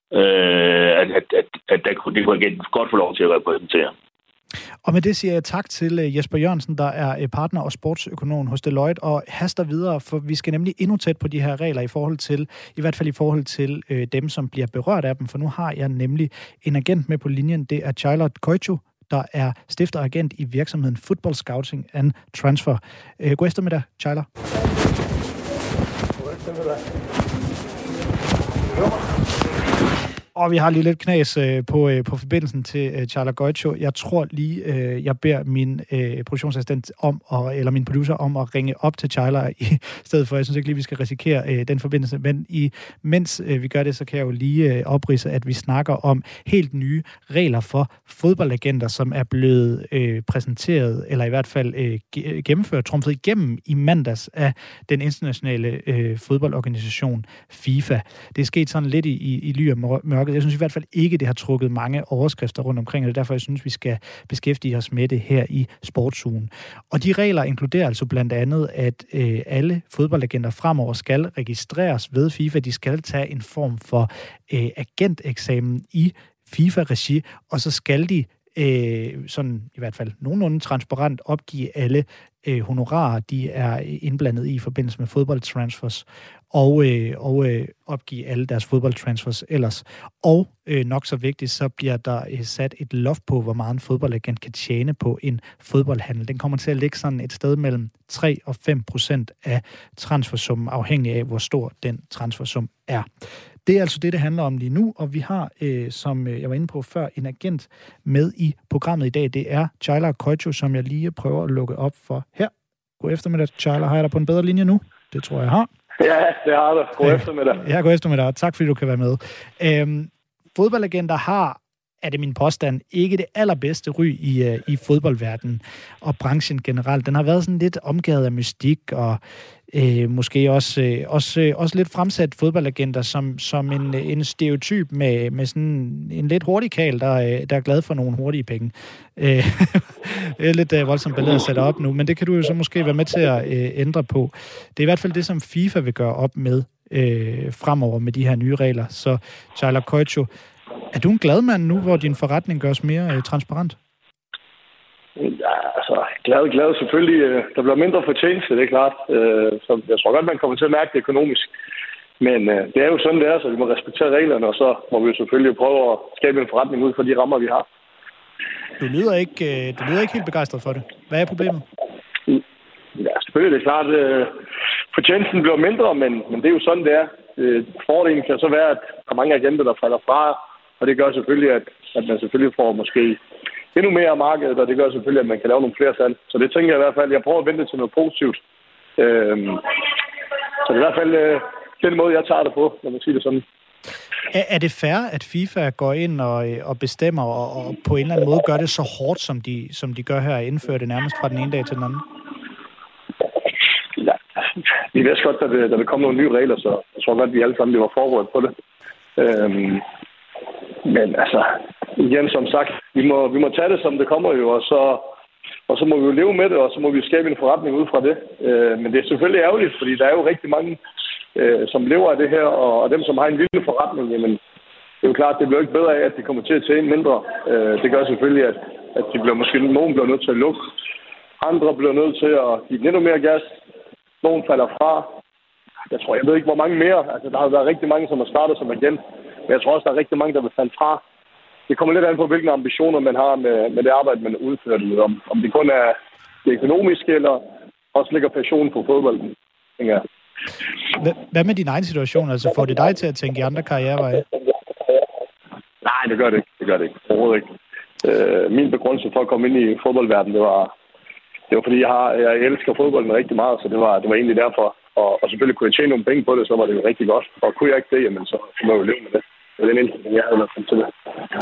At det kunne agenten godt få lov til at repræsentere. Og med det siger jeg tak til Jesper Jørgensen, der er partner og sportsøkonom hos Deloitte, og haster videre, for vi skal nemlig endnu tæt på de her regler i hvert fald i forhold til dem, som bliver berørt af dem, for nu har jeg nemlig en agent med på linjen, det er Charlotte Koitu, der er stifter og agent i virksomheden Football Scouting and Transfer. God eftermiddag, Charlotte. God eftermiddag. Og vi har lige lidt knas på forbindelsen til Charlotte Koitu. Jeg tror lige, jeg beder min produktionsassistent eller min producer om at ringe op til Charlotte i stedet for. Jeg synes ikke lige, vi skal risikere den forbindelse. Men mens vi gør det, så kan jeg jo lige opridse, at vi snakker om helt nye regler for fodboldagenter, som er blevet præsenteret, eller i hvert fald gennemført, trumfet igennem i mandags af den internationale fodboldorganisation FIFA. Det er sket sådan lidt i ly og mørke. Jeg synes i hvert fald ikke, det har trukket mange overskrifter rundt omkring, og det er derfor, jeg synes, vi skal beskæftige os med det her i Sportsugen. Og de regler inkluderer altså blandt andet, at alle fodboldagenter fremover skal registreres ved FIFA. De skal tage en form for agenteksamen i FIFA-regi, og så skal de sådan i hvert fald nogenlunde transparent opgive alle honorarer, de er indblandet i forbindelse med fodboldtransfers, og opgive alle deres fodboldtransfers ellers. Og nok så vigtigt, så bliver der sat et loft på, hvor meget en fodboldagent kan tjene på en fodboldhandel. Den kommer til at ligge sådan et sted mellem 3 og 5% af transfersummen, afhængig af, hvor stor den transfersum er. Det er altså det handler om lige nu, og vi har, som jeg var inde på før, en agent med i programmet i dag. Det er Charlotte Koitu, som jeg lige prøver at lukke op for her. God eftermiddag, Charlotte. Har jeg dig på en bedre linje nu? Det tror jeg har. Ja, det har du. God eftermiddag. Ja, god eftermiddag, og tak fordi du kan være med. Fodboldagenter har, er det min påstand, ikke det allerbedste ry i fodboldverdenen og branchen generelt. Den har været sådan lidt omgivet af mystik og måske også lidt fremsat fodboldagenter som en stereotyp med sådan en lidt hurtig karl, der er glad for nogle hurtige penge. Det er lidt voldsomt billede at sætte op nu, men det kan du jo så måske være med til at ændre på. Det er i hvert fald det, som FIFA vil gøre op med fremover med de her nye regler. Så Charlotte Koitu, er du en glad mand nu, hvor din forretning gøres mere transparent? Ja, altså, glad selvfølgelig. Der bliver mindre fortjeneste, det er klart. Så jeg tror godt, man kommer til at mærke det økonomisk. Men det er jo sådan, det er, så vi må respektere reglerne, og så må vi jo selvfølgelig prøve at skabe en forretning ud fra de rammer, vi har. Du lyder ikke helt begejstret for det. Hvad er problemet? Ja, selvfølgelig det er klart. Fortjenesten bliver mindre, men det er jo sådan, det er. Fordelen kan så være, at der er mange agenter, der falder fra, og det gør selvfølgelig, at man selvfølgelig får måske endnu mere af markedet, og det gør selvfølgelig, at man kan lave nogle flere salg. Så det tænker jeg i hvert fald, jeg prøver at vente til noget positivt. Så det er i hvert fald den måde, jeg tager det på, når man siger det sådan. Er det fair, at FIFA går ind og bestemmer og på en eller anden måde gør det så hårdt, som de gør her, og indfører det nærmest fra den ene dag til den anden? Ja, vi ved godt, at der vil komme nogle nye regler, så jeg tror godt, at vi alle sammen var forberedt på det. Men altså, igen som sagt, vi må tage det, som det kommer jo, og så må vi jo leve med det, og så må vi skabe en forretning ud fra det. Men det er selvfølgelig ærgerligt, fordi der er jo rigtig mange, som lever af det her, og dem, som har en lille forretning, jamen, det er jo klart, det bliver ikke bedre af, at de kommer til at tjene mindre. Det gør selvfølgelig, at de bliver måske nogen bliver nødt til at lukke. Andre bliver nødt til at give endnu mere gas. Nogen falder fra. Jeg ved ikke, hvor mange mere. Altså, der har været rigtig mange, som har startet som agent. Men jeg tror også, der er rigtig mange, der vil falde fra. Det kommer lidt an på, hvilke ambitioner man har med det arbejde, man udfører det med. Om det kun er det økonomiske, eller også ligger passion på fodbolden. Ja. Hvad med din egen situation? Altså, får det dig til at tænke i andre karriereveje? Nej, det gør det ikke. Overhovedet ikke. Min begrundelse for at komme ind i fodboldverdenen, det var fordi, jeg elsker fodbolden rigtig meget, så det var egentlig derfor. Og selvfølgelig kunne jeg tjene nogle penge på det, så var det jo rigtig godt. Og kunne jeg ikke det, jamen så må jeg jo leve med det. Det er den indstilling, jeg havde med til det.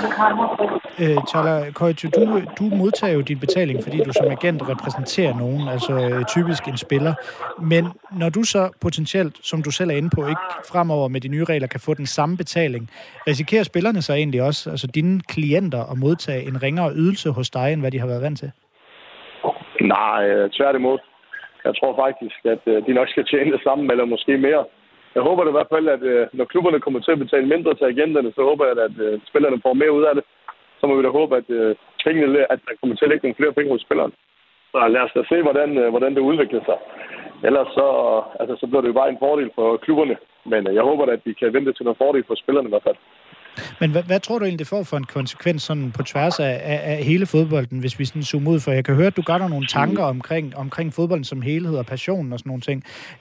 Chala Koitu, du modtager jo din betaling, fordi du som agent repræsenterer nogen, altså typisk en spiller. Men når du så potentielt, som du selv er inde på, ikke fremover med de nye regler kan få den samme betaling, risikerer spillerne så egentlig også, altså dine klienter, at modtage en ringere ydelse hos dig, end hvad de har været vant til? Nej, tværtimod. Jeg tror faktisk, at de nok skal tjene det samme, eller måske mere. Jeg håber det i hvert fald, at når klubberne kommer til at betale mindre til agenterne, så håber jeg, at spillerne får mere ud af det. Så må vi da håbe, at der kommer til at lægge nogle flere penge hos spillerne. Så lad os da se, hvordan det udvikler sig. Ellers så bliver det jo bare en fordel for klubberne. Men jeg håber da, at de kan vente til noget fordel for spillerne i hvert fald. Men hvad tror du egentlig, det får for en konsekvens sådan på tværs af hele fodbolden, hvis vi sådan zoomer ud? For jeg kan høre, at du gør der nogle tanker omkring fodbolden som helhed og passionen og sådan nogle ting.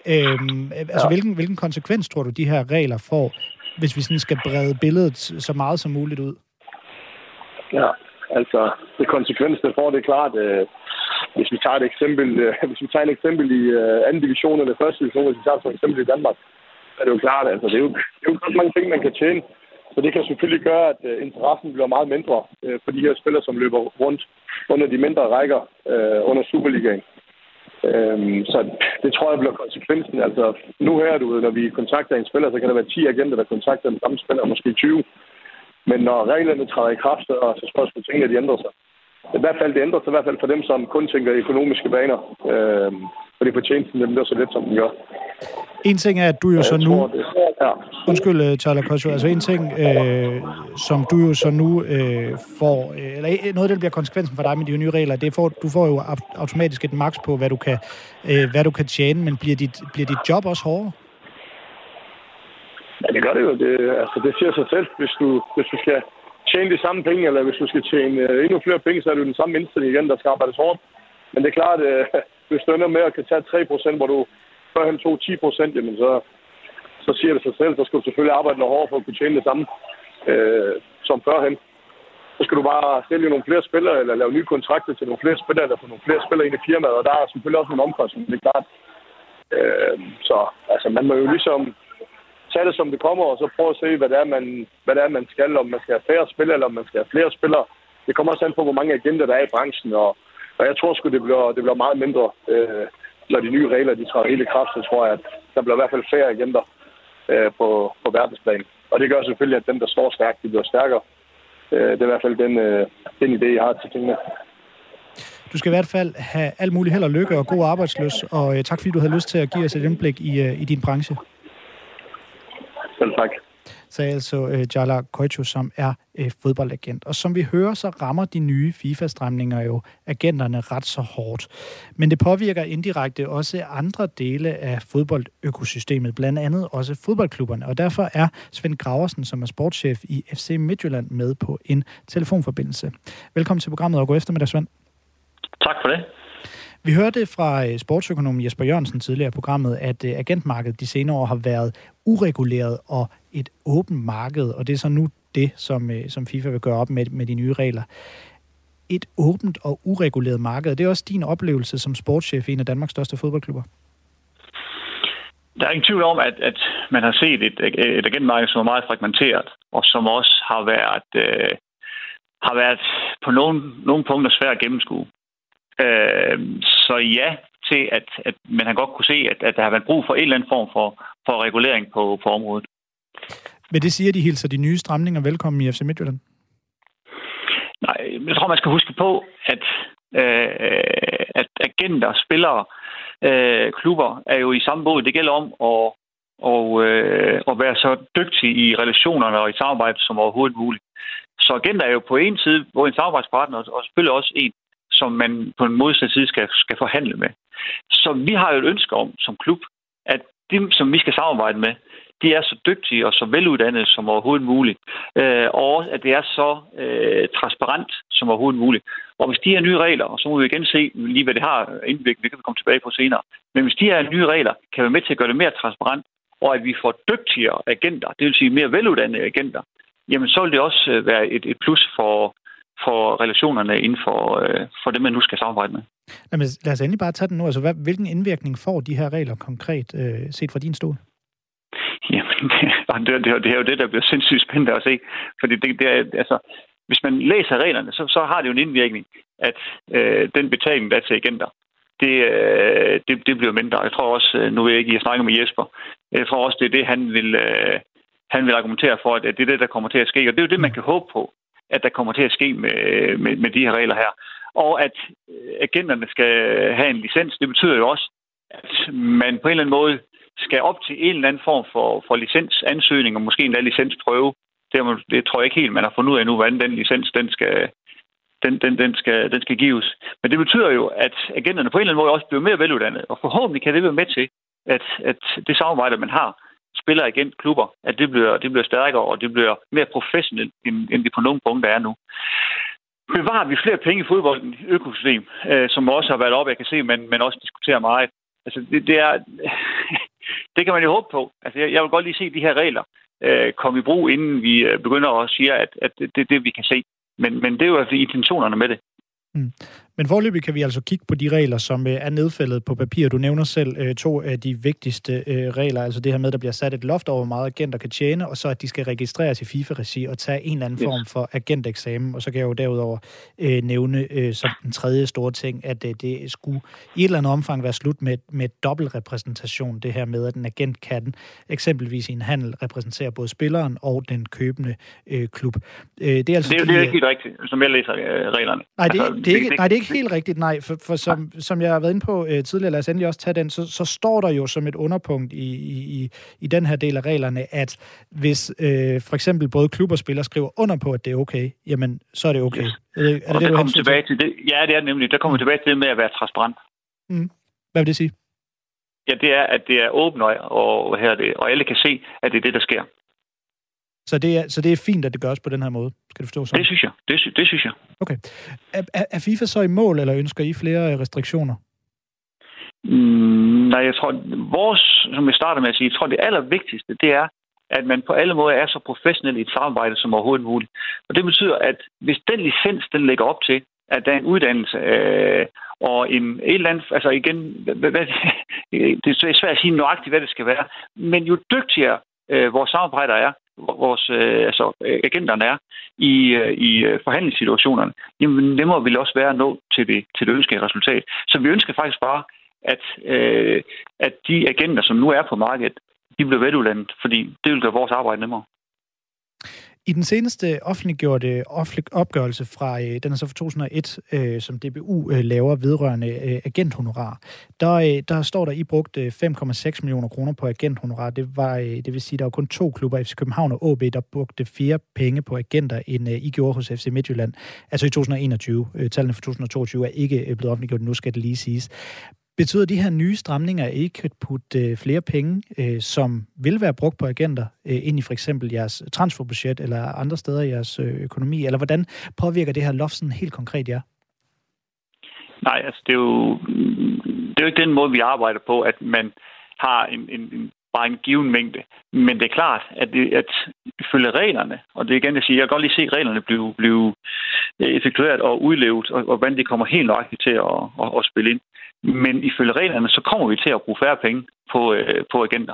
Hvilken konsekvens tror du, de her regler får, hvis vi sådan skal brede billedet så meget som muligt ud? Ja, altså det konsekvens, det får, det er klart, hvis vi tager et eksempel i anden division eller første division, hvis vi tager et eksempel i Danmark, er det jo klart, altså det er jo godt mange ting, man kan tjene. Så det kan selvfølgelig gøre, at interessen bliver meget mindre for de her spillere, som løber rundt under de mindre rækker under Superligaen. Så det tror jeg bliver konsekvensen. Altså nu her, når vi kontakter en spiller, så kan der være 10 agenter, der kontakter den samme spiller, måske 20. Men når reglerne træder i kraft, så spørgsmålet tingene, de ændrer sig. I hvert fald, det ændrer sig i hvert fald for dem, som kun tænker økonomiske baner. Fordi fortjenesten, den bliver så let, som den gør. En ting er, at du jo så nu... Undskyld, Chala Koitu. Altså en ting, som du jo så nu får... Eller noget, der bliver konsekvensen for dig med de nye regler, det du får jo automatisk et maks på, hvad du kan tjene, men bliver dit job også hårdere? Ja, det gør det jo. Det siger sig selv. Hvis du skal tjene de samme penge, eller hvis du skal tjene endnu flere penge, så er det jo den samme indstilling igen, der skal arbejdes hårdt. Men det er klart, hvis du ender med at kan tage 3%, hvor du førhen tog 10%, jamen så siger det sig selv, så skal du selvfølgelig arbejde noget hårdere for at kunne tjene det samme som førhen. Så skal du bare sælge nogle flere spillere, eller lave nye kontrakter til nogle flere spillere, eller få nogle flere spillere ind i firmaet, og der er selvfølgelig også nogle omkostninger, det er klart. Så altså, man må jo ligesom tage det, som det kommer, og så prøve at se, hvad det er, man skal, om man skal have færre spillere, eller om man skal have flere spillere. Det kommer også an på, hvor mange agenter der er i branchen, og jeg tror sgu, det bliver meget mindre, når de nye regler, de træder helt i kraft, så tror jeg, at der bliver i hvert fald færre agenter på verdensplan. Og det gør selvfølgelig, at dem, der står stærkt, de bliver stærkere. Det er i hvert fald den idé, jeg har til tingene. Du skal i hvert fald have alt muligt held og lykke og god arbejdsløs, og tak fordi du havde lyst til at give os et indblik i din branche. Selv tak. Sagde altså Chala Koitu, som er fodboldagent. Og som vi hører, så rammer de nye FIFA-stramninger jo agenterne ret så hårdt. Men det påvirker indirekte også andre dele af fodboldøkosystemet, blandt andet også fodboldklubberne. Og derfor er Svend Graversen, som er sportschef i FC Midtjylland, med på en telefonforbindelse. Velkommen til programmet, og god eftermiddag, Svend. Tak for det. Vi hørte fra sportsøkonom Jesper Jørgensen tidligere i programmet, at agentmarkedet de senere år har været ureguleret og et åbent marked, og det er så nu det, som FIFA vil gøre op med de nye regler. Et åbent og ureguleret marked, det er også din oplevelse som sportschef i en af Danmarks største fodboldklubber? Der er ingen tvivl om, at man har set et agentmarked, som er meget fragmenteret, og som også har været på nogle punkter svært at gennemskue. Så ja til, at man har godt kunne se, at der har været brug for en eller anden form for regulering på området. Vil det sige, at de hilser de nye stramninger velkommen i FC Midtjylland? Nej, jeg tror, man skal huske på, at agenter, spillere, klubber er jo i samme båd. Det gælder om at være så dygtig i relationerne og i samarbejdet som overhovedet muligt. Så agenter er jo på en side både en samarbejdspartner og selvfølgelig også en, som man på en modsatte side skal forhandle med. Så vi har jo et ønske om som klub, at de, som vi skal samarbejde med, de er så dygtige og så veluddannede som overhovedet muligt. Og at det er så transparent som overhovedet muligt. Og hvis de her nye regler, og så må vi igen se lige, hvad det har indvirkning, det kan vi komme tilbage på senere. Men hvis de her nye regler kan være med til at gøre det mere transparent, og at vi får dygtigere agenter, det vil sige mere veluddannede agenter, jamen så vil det også være et plus for relationerne inden for dem, man nu skal samarbejde med. Jamen, lad os endelig bare tage den nu. Altså, hvilken indvirkning får de her regler konkret set fra din stol? Jamen, det er jo det, der bliver sindssygt spændende at se. Fordi det er, altså, hvis man læser reglerne, så har det jo en indvirkning, at den betaling, der er til agenter, det bliver mindre. Jeg tror også, nu vil jeg ikke snakke med Jesper, jeg tror også, det er det, han vil argumentere for, at det er det, der kommer til at ske. Og det er jo det, man kan håbe på, at der kommer til at ske med de her regler her. Og at agenterne skal have en licens, det betyder jo også, at man på en eller anden måde skal op til en eller anden form for licensansøgning, og måske endda licensprøve. Det tror jeg ikke helt, man har fundet ud af nu, hvordan den licens, den skal gives. Men det betyder jo, at agenterne på en eller anden måde også bliver mere veluddannede, og forhåbentlig kan det være med til, at det samarbejde, man har, spiller agentklubber, at det bliver stærkere, og det bliver mere professionelt, end det på nogle punkter er nu. Bevarer vi flere penge i fodbolden økosystem, som også har været op, jeg kan se, men også diskuterer meget. Altså, det kan man jo håbe på. Altså, jeg vil godt lige se de her regler komme i brug, inden vi begynder at sige, at det er det, vi kan se. Men det er jo altså intentionerne med det. Mm. Men foreløbig kan vi altså kigge på de regler, som er nedfældet på papir. Du nævner selv to af de vigtigste regler, altså det her med, at der bliver sat et loft over, hvor meget agenter kan tjene, og så at de skal registreres i FIFA-regi og tage en eller anden form for agenteksamen. Og så kan jeg jo derudover nævne som den tredje store ting, at det skulle i et eller andet omfang være slut med dobbeltrepræsentation, det her med, at en agent kan eksempelvis i en handel repræsentere både spilleren og den købende klub. Det er altså det er ikke helt rigtigt, som jeg læser reglerne. Nej, det er ikke helt rigtigt, nej. For som jeg har været inde på tidligere, lad os endelig også tage den, så står der jo som et underpunkt i den her del af reglerne, at hvis for eksempel både klub og spiller skriver under på, at det er okay, jamen, så er det okay. Yes. Er det, kommer tilbage til det? Ja, det er det nemlig. Der kommer tilbage til det med at være transparent. Mm. Hvad vil det sige? Ja, det er, at det er åbent, og alle kan se, at det er det, der sker. Så det er fint, at det gøres på den her måde? Skal du forstå sådan? Det synes jeg. Det synes jeg. Okay. Er FIFA så i mål, eller ønsker I flere restriktioner? Nej, jeg tror, som jeg starter med at sige, jeg tror, det allervigtigste, det er, at man på alle måder er så professionel i et samarbejde som overhovedet muligt. Og det betyder, at hvis den licens, den lægger op til, at der er en uddannelse og en eller anden, altså igen, det er svært at sige nøjagtigt, hvad det skal være, men jo dygtigere vores samarbejder er, vores agenterne er i forhandlingssituationerne, jamen nemmere vil det også være at nå til det ønskede resultat. Så vi ønsker faktisk bare, at de agenter, som nu er på markedet, de bliver veluddannet, fordi det vil gøre vores arbejde nemmere. I den seneste offentliggjorte opgørelse fra, den er så fra 2001, som DBU laver vedrørende agenthonorar, der står der, I brugte 5,6 millioner kroner på agenthonorar. Det vil sige, der var kun 2 klubber, FC København og AB, der brugte flere penge på agenter, end I gjorde hos FC Midtjylland. Altså i 2021. Tallene for 2022 er ikke blevet offentliggjort, nu skal det lige siges. Betyder de her nye stramninger, at I kan putte flere penge, som vil være brugt på agenter, ind i for eksempel jeres transferbudget eller andre steder i jeres økonomi? Eller hvordan påvirker det her loft sådan helt konkret jer? Nej, altså det er jo ikke den måde, vi arbejder på, at man har bare en given mængde. Men det er klart, at ifølge reglerne, og det er igen at sige, jeg kan godt lige se reglerne blive effektueret og udlevet, og hvordan de kommer helt nøjagtigt til at spille ind. Men ifølge reglerne, så kommer vi til at bruge færre penge på agenter.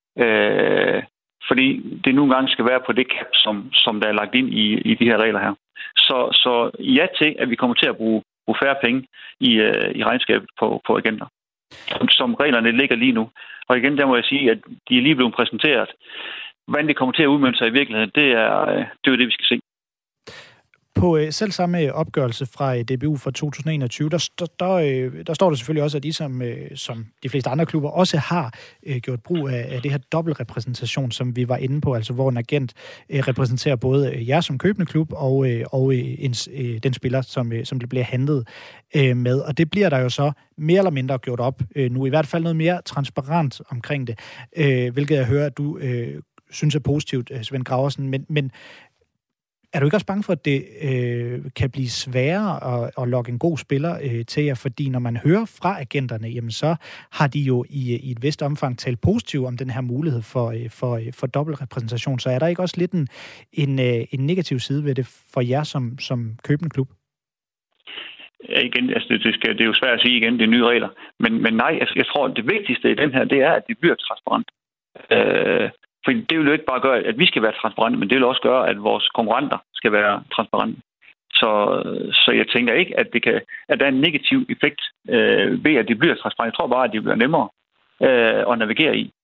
Fordi det nogle gange skal være på det cap, som der er lagt ind i de her regler her. Så ja til, at vi kommer til at bruge færre penge i regnskabet på agenter, som reglerne ligger lige nu. Og igen, der må jeg sige, at de er lige blevet præsenteret. Hvordan det kommer til at udmønte sig i virkeligheden, det er jo det, vi skal se. På selv samme opgørelse fra DBU fra 2021, der står der selvfølgelig også, at I som de fleste andre klubber også har gjort brug af det her dobbeltrepræsentation, som vi var inde på, altså hvor en agent repræsenterer både jer som købende klub og den spiller, som det bliver handlet med. Og det bliver der jo så mere eller mindre gjort op nu, i hvert fald noget mere transparent omkring det, hvilket jeg hører, at du synes er positivt, Svend Graversen, men Er du ikke også bange for, at det kan blive sværere at lokke en god spiller til jer? Fordi når man hører fra agenterne, jamen så har de jo i et vist omfang talt positivt om den her mulighed for dobbeltrepræsentation. Så er der ikke også lidt en negativ side ved det for jer som købende klub? Igen, altså det er jo svært at sige igen, det er nye regler. Men nej, jeg tror, at det vigtigste i den her, det er, at det bliver transparent. For det vil jo ikke bare gøre, at vi skal være transparente, men det vil også gøre, at vores konkurrenter skal være transparente. Så jeg tænker ikke, at der er en negativ effekt ved, at det bliver transparent. Jeg tror bare, at det bliver nemmere at navigere i.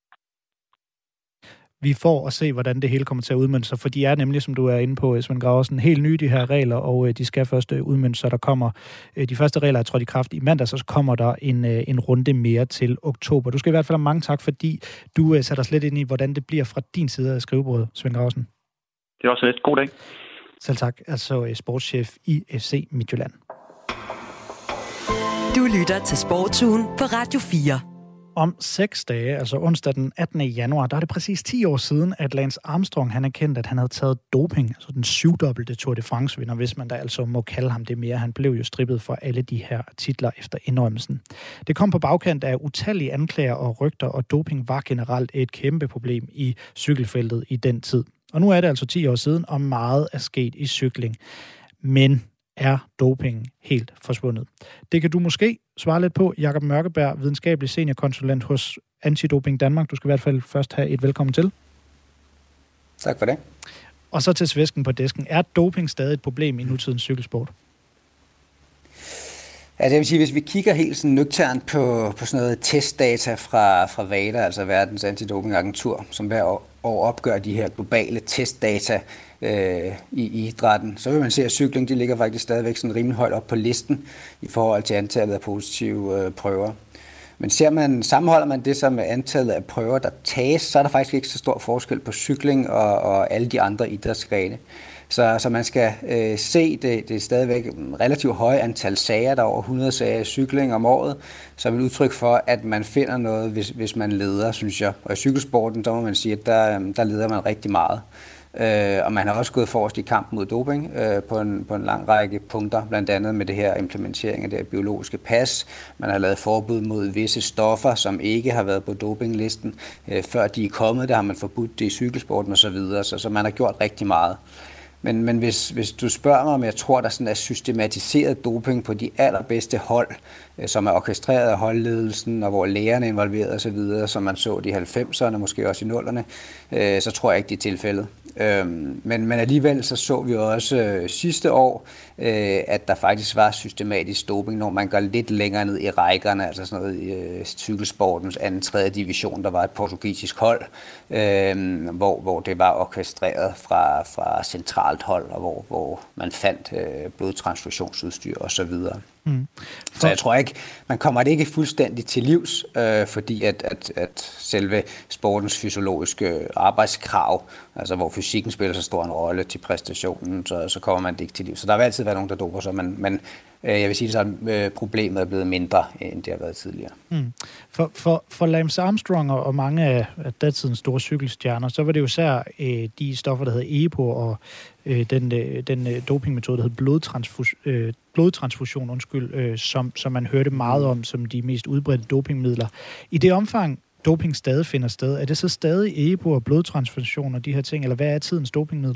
Vi får at se, hvordan det hele kommer til at udmønte sig, for de er nemlig, som du er inde på, Svend Graversen, helt nye, de her regler, og de skal først udmønte sig. Der kommer de første regler, er trådt i kraft i mandag, så kommer der en runde mere til oktober. Du skal i hvert fald have mange tak, fordi du sætter os lidt ind i, hvordan det bliver fra din side af skrivebordet, Svend Graversen. Det er også lidt. God dag. Selv tak. Altså sportschef i FC Midtjylland. Du lytter til Sportsugen på Radio 4. Om 6 dage, altså onsdag den 18. januar, der er det præcis 10 år siden, at Lance Armstrong han erkendte, at han havde taget doping, altså den 7-dobbelte Tour de France-vinder, hvis man da altså må kalde ham det mere. Han blev jo strippet for alle de her titler efter indrømmelsen. Det kom på bagkant af utallige anklager og rygter, og doping var generelt et kæmpe problem i cykelfeltet i den tid. Og nu er det altså 10 år siden, og meget er sket i cykling. Men er dopingen helt forsvundet? Det kan du måske svare lidt på. Jakob Mørkeberg, videnskabelig seniorkonsulent hos Antidoping Danmark. Du skal i hvert fald først have et velkommen til. Tak for det. Og så til svæsken på disken. Er doping stadig et problem i nutidens cykelsport? Altså jeg vil sige, hvis vi kigger helt sådan nøgternt på sådan noget testdata fra WADA, altså verdens antidopingagentur, som hver år opgør de her globale testdata i idrætten, så vil man se, at cykling de ligger faktisk stadigvæk sådan rimelig højt op på listen i forhold til antallet af positive prøver. Men sammenholder man det så med antallet af prøver, der tages, så er der faktisk ikke så stor forskel på cykling og alle de andre idrætsgrene. Så man skal se, det er stadigvæk relativt høje antal sager, der er over 100 sager i cykling om året, som et udtryk for, at man finder noget, hvis man leder, synes jeg. Og i cykelsporten, der må man sige, at der leder man rigtig meget. Og man har også gået forrest i kampen mod doping på en lang række punkter, blandt andet med det her implementering af det her biologiske pas. Man har lavet forbud mod visse stoffer, som ikke har været på dopinglisten. Før de er kommet, der har man forbudt det i cykelsporten osv., så man har gjort rigtig meget. Men hvis du spørger mig, om jeg tror, der sådan er systematiseret doping på de allerbedste hold, som er orkestreret af holdledelsen, og hvor lægerne er involveret osv., som man så de 90'erne, måske også i 0'erne, så tror jeg ikke, det er tilfældet. Men alligevel så vi også sidste år, at der faktisk var systematisk doping, når man går lidt længere ned i rækkerne, altså sådan noget i cykelsportens 2. 3. division, der var et portugisisk hold, hvor det var orkestreret fra centralt hold, og hvor man fandt blodtransfusionsudstyr osv. Så jeg tror ikke, man kommer det ikke fuldstændig til livs, fordi at selve sportens fysiologiske arbejdskrav, altså hvor fysikken spiller så stor en rolle til præstationen, så kommer man det ikke til livs. Så der vil altid være nogen, der doper sig, men jeg vil sige, at problemet er blevet mindre, end det har været tidligere. For Lance Armstrong og mange af datidens store cykelstjerner, så var det jo især de stoffer, der hedder EPO, og den dopingmetode, der hedder blodtransfusion, som man hørte meget om som de mest udbredte dopingmidler. I det omfang, doping stadig finder sted, er det så stadig EPO og blodtransfusion og de her ting, eller hvad er tidens dopingmiddel?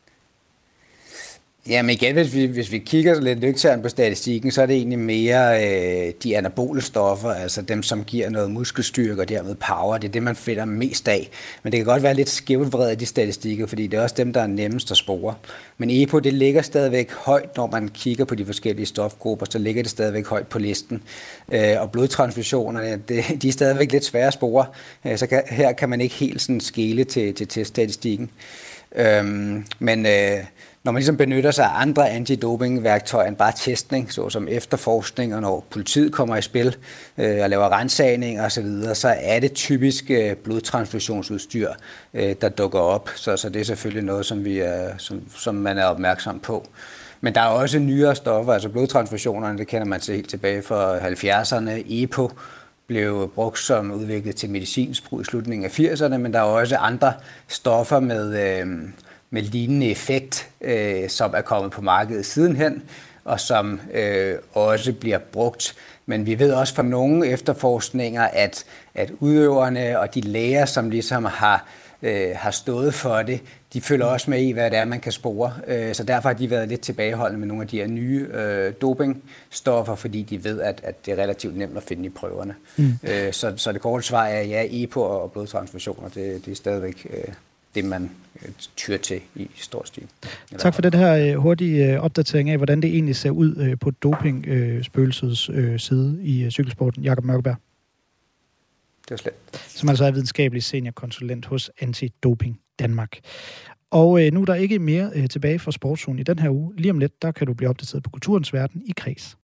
Jamen igen, hvis vi kigger lidt nøgternt på statistikken, så er det egentlig mere de anabole stoffer, altså dem, som giver noget muskelstyrke og dermed power. Det er det, man finder mest af. Men det kan godt være lidt skævt vredet i de statistikker, fordi det er også dem, der er nemmest at spore. Men EPO, det ligger stadigvæk højt, når man kigger på de forskellige stofgrupper, så ligger det stadigvæk højt på listen. Og blodtransfusionerne, de er stadigvæk lidt svære at spore, så her kan man ikke helt sådan skele til teststatistikken. Men når man ligesom benytter sig af andre antidopingværktøjer end bare testning, såsom efterforskning, og når politiet kommer i spil og laver ransagninger osv., så er det typisk blodtransfusionsudstyr, der dukker op. Så det er selvfølgelig noget, som man er opmærksom på. Men der er også nyere stoffer, altså blodtransfusionerne, det kender man til helt tilbage fra 70'erne. EPO blev brugt som udviklet til medicinsk brug i slutningen af 80'erne, men der er også andre stoffer lignende effekt, som er kommet på markedet sidenhen, og som også bliver brugt. Men vi ved også fra nogle efterforskninger, at udøverne og de læger, som ligesom har stået for det, de følger også med i, hvad det er, man kan spore. Så derfor har de været lidt tilbageholdende med nogle af de her nye dopingstoffer, fordi de ved, at det er relativt nemt at finde i prøverne. Så det korte svar er, ja, EPO og blodtransfusioner, det er stadigvæk det, man tyr til i stor stil. Tak for den her hurtige opdatering af, hvordan det egentlig ser ud på doping-spøgelsets side i cykelsporten. Jakob Mørkeberg. Det var slet. Som altså er videnskabelig seniorkonsulent hos Antidoping Danmark. Og nu er der ikke mere tilbage fra Sportsugen i den her uge. Lige om lidt, der kan du blive opdateret på kulturens verden i Kreds.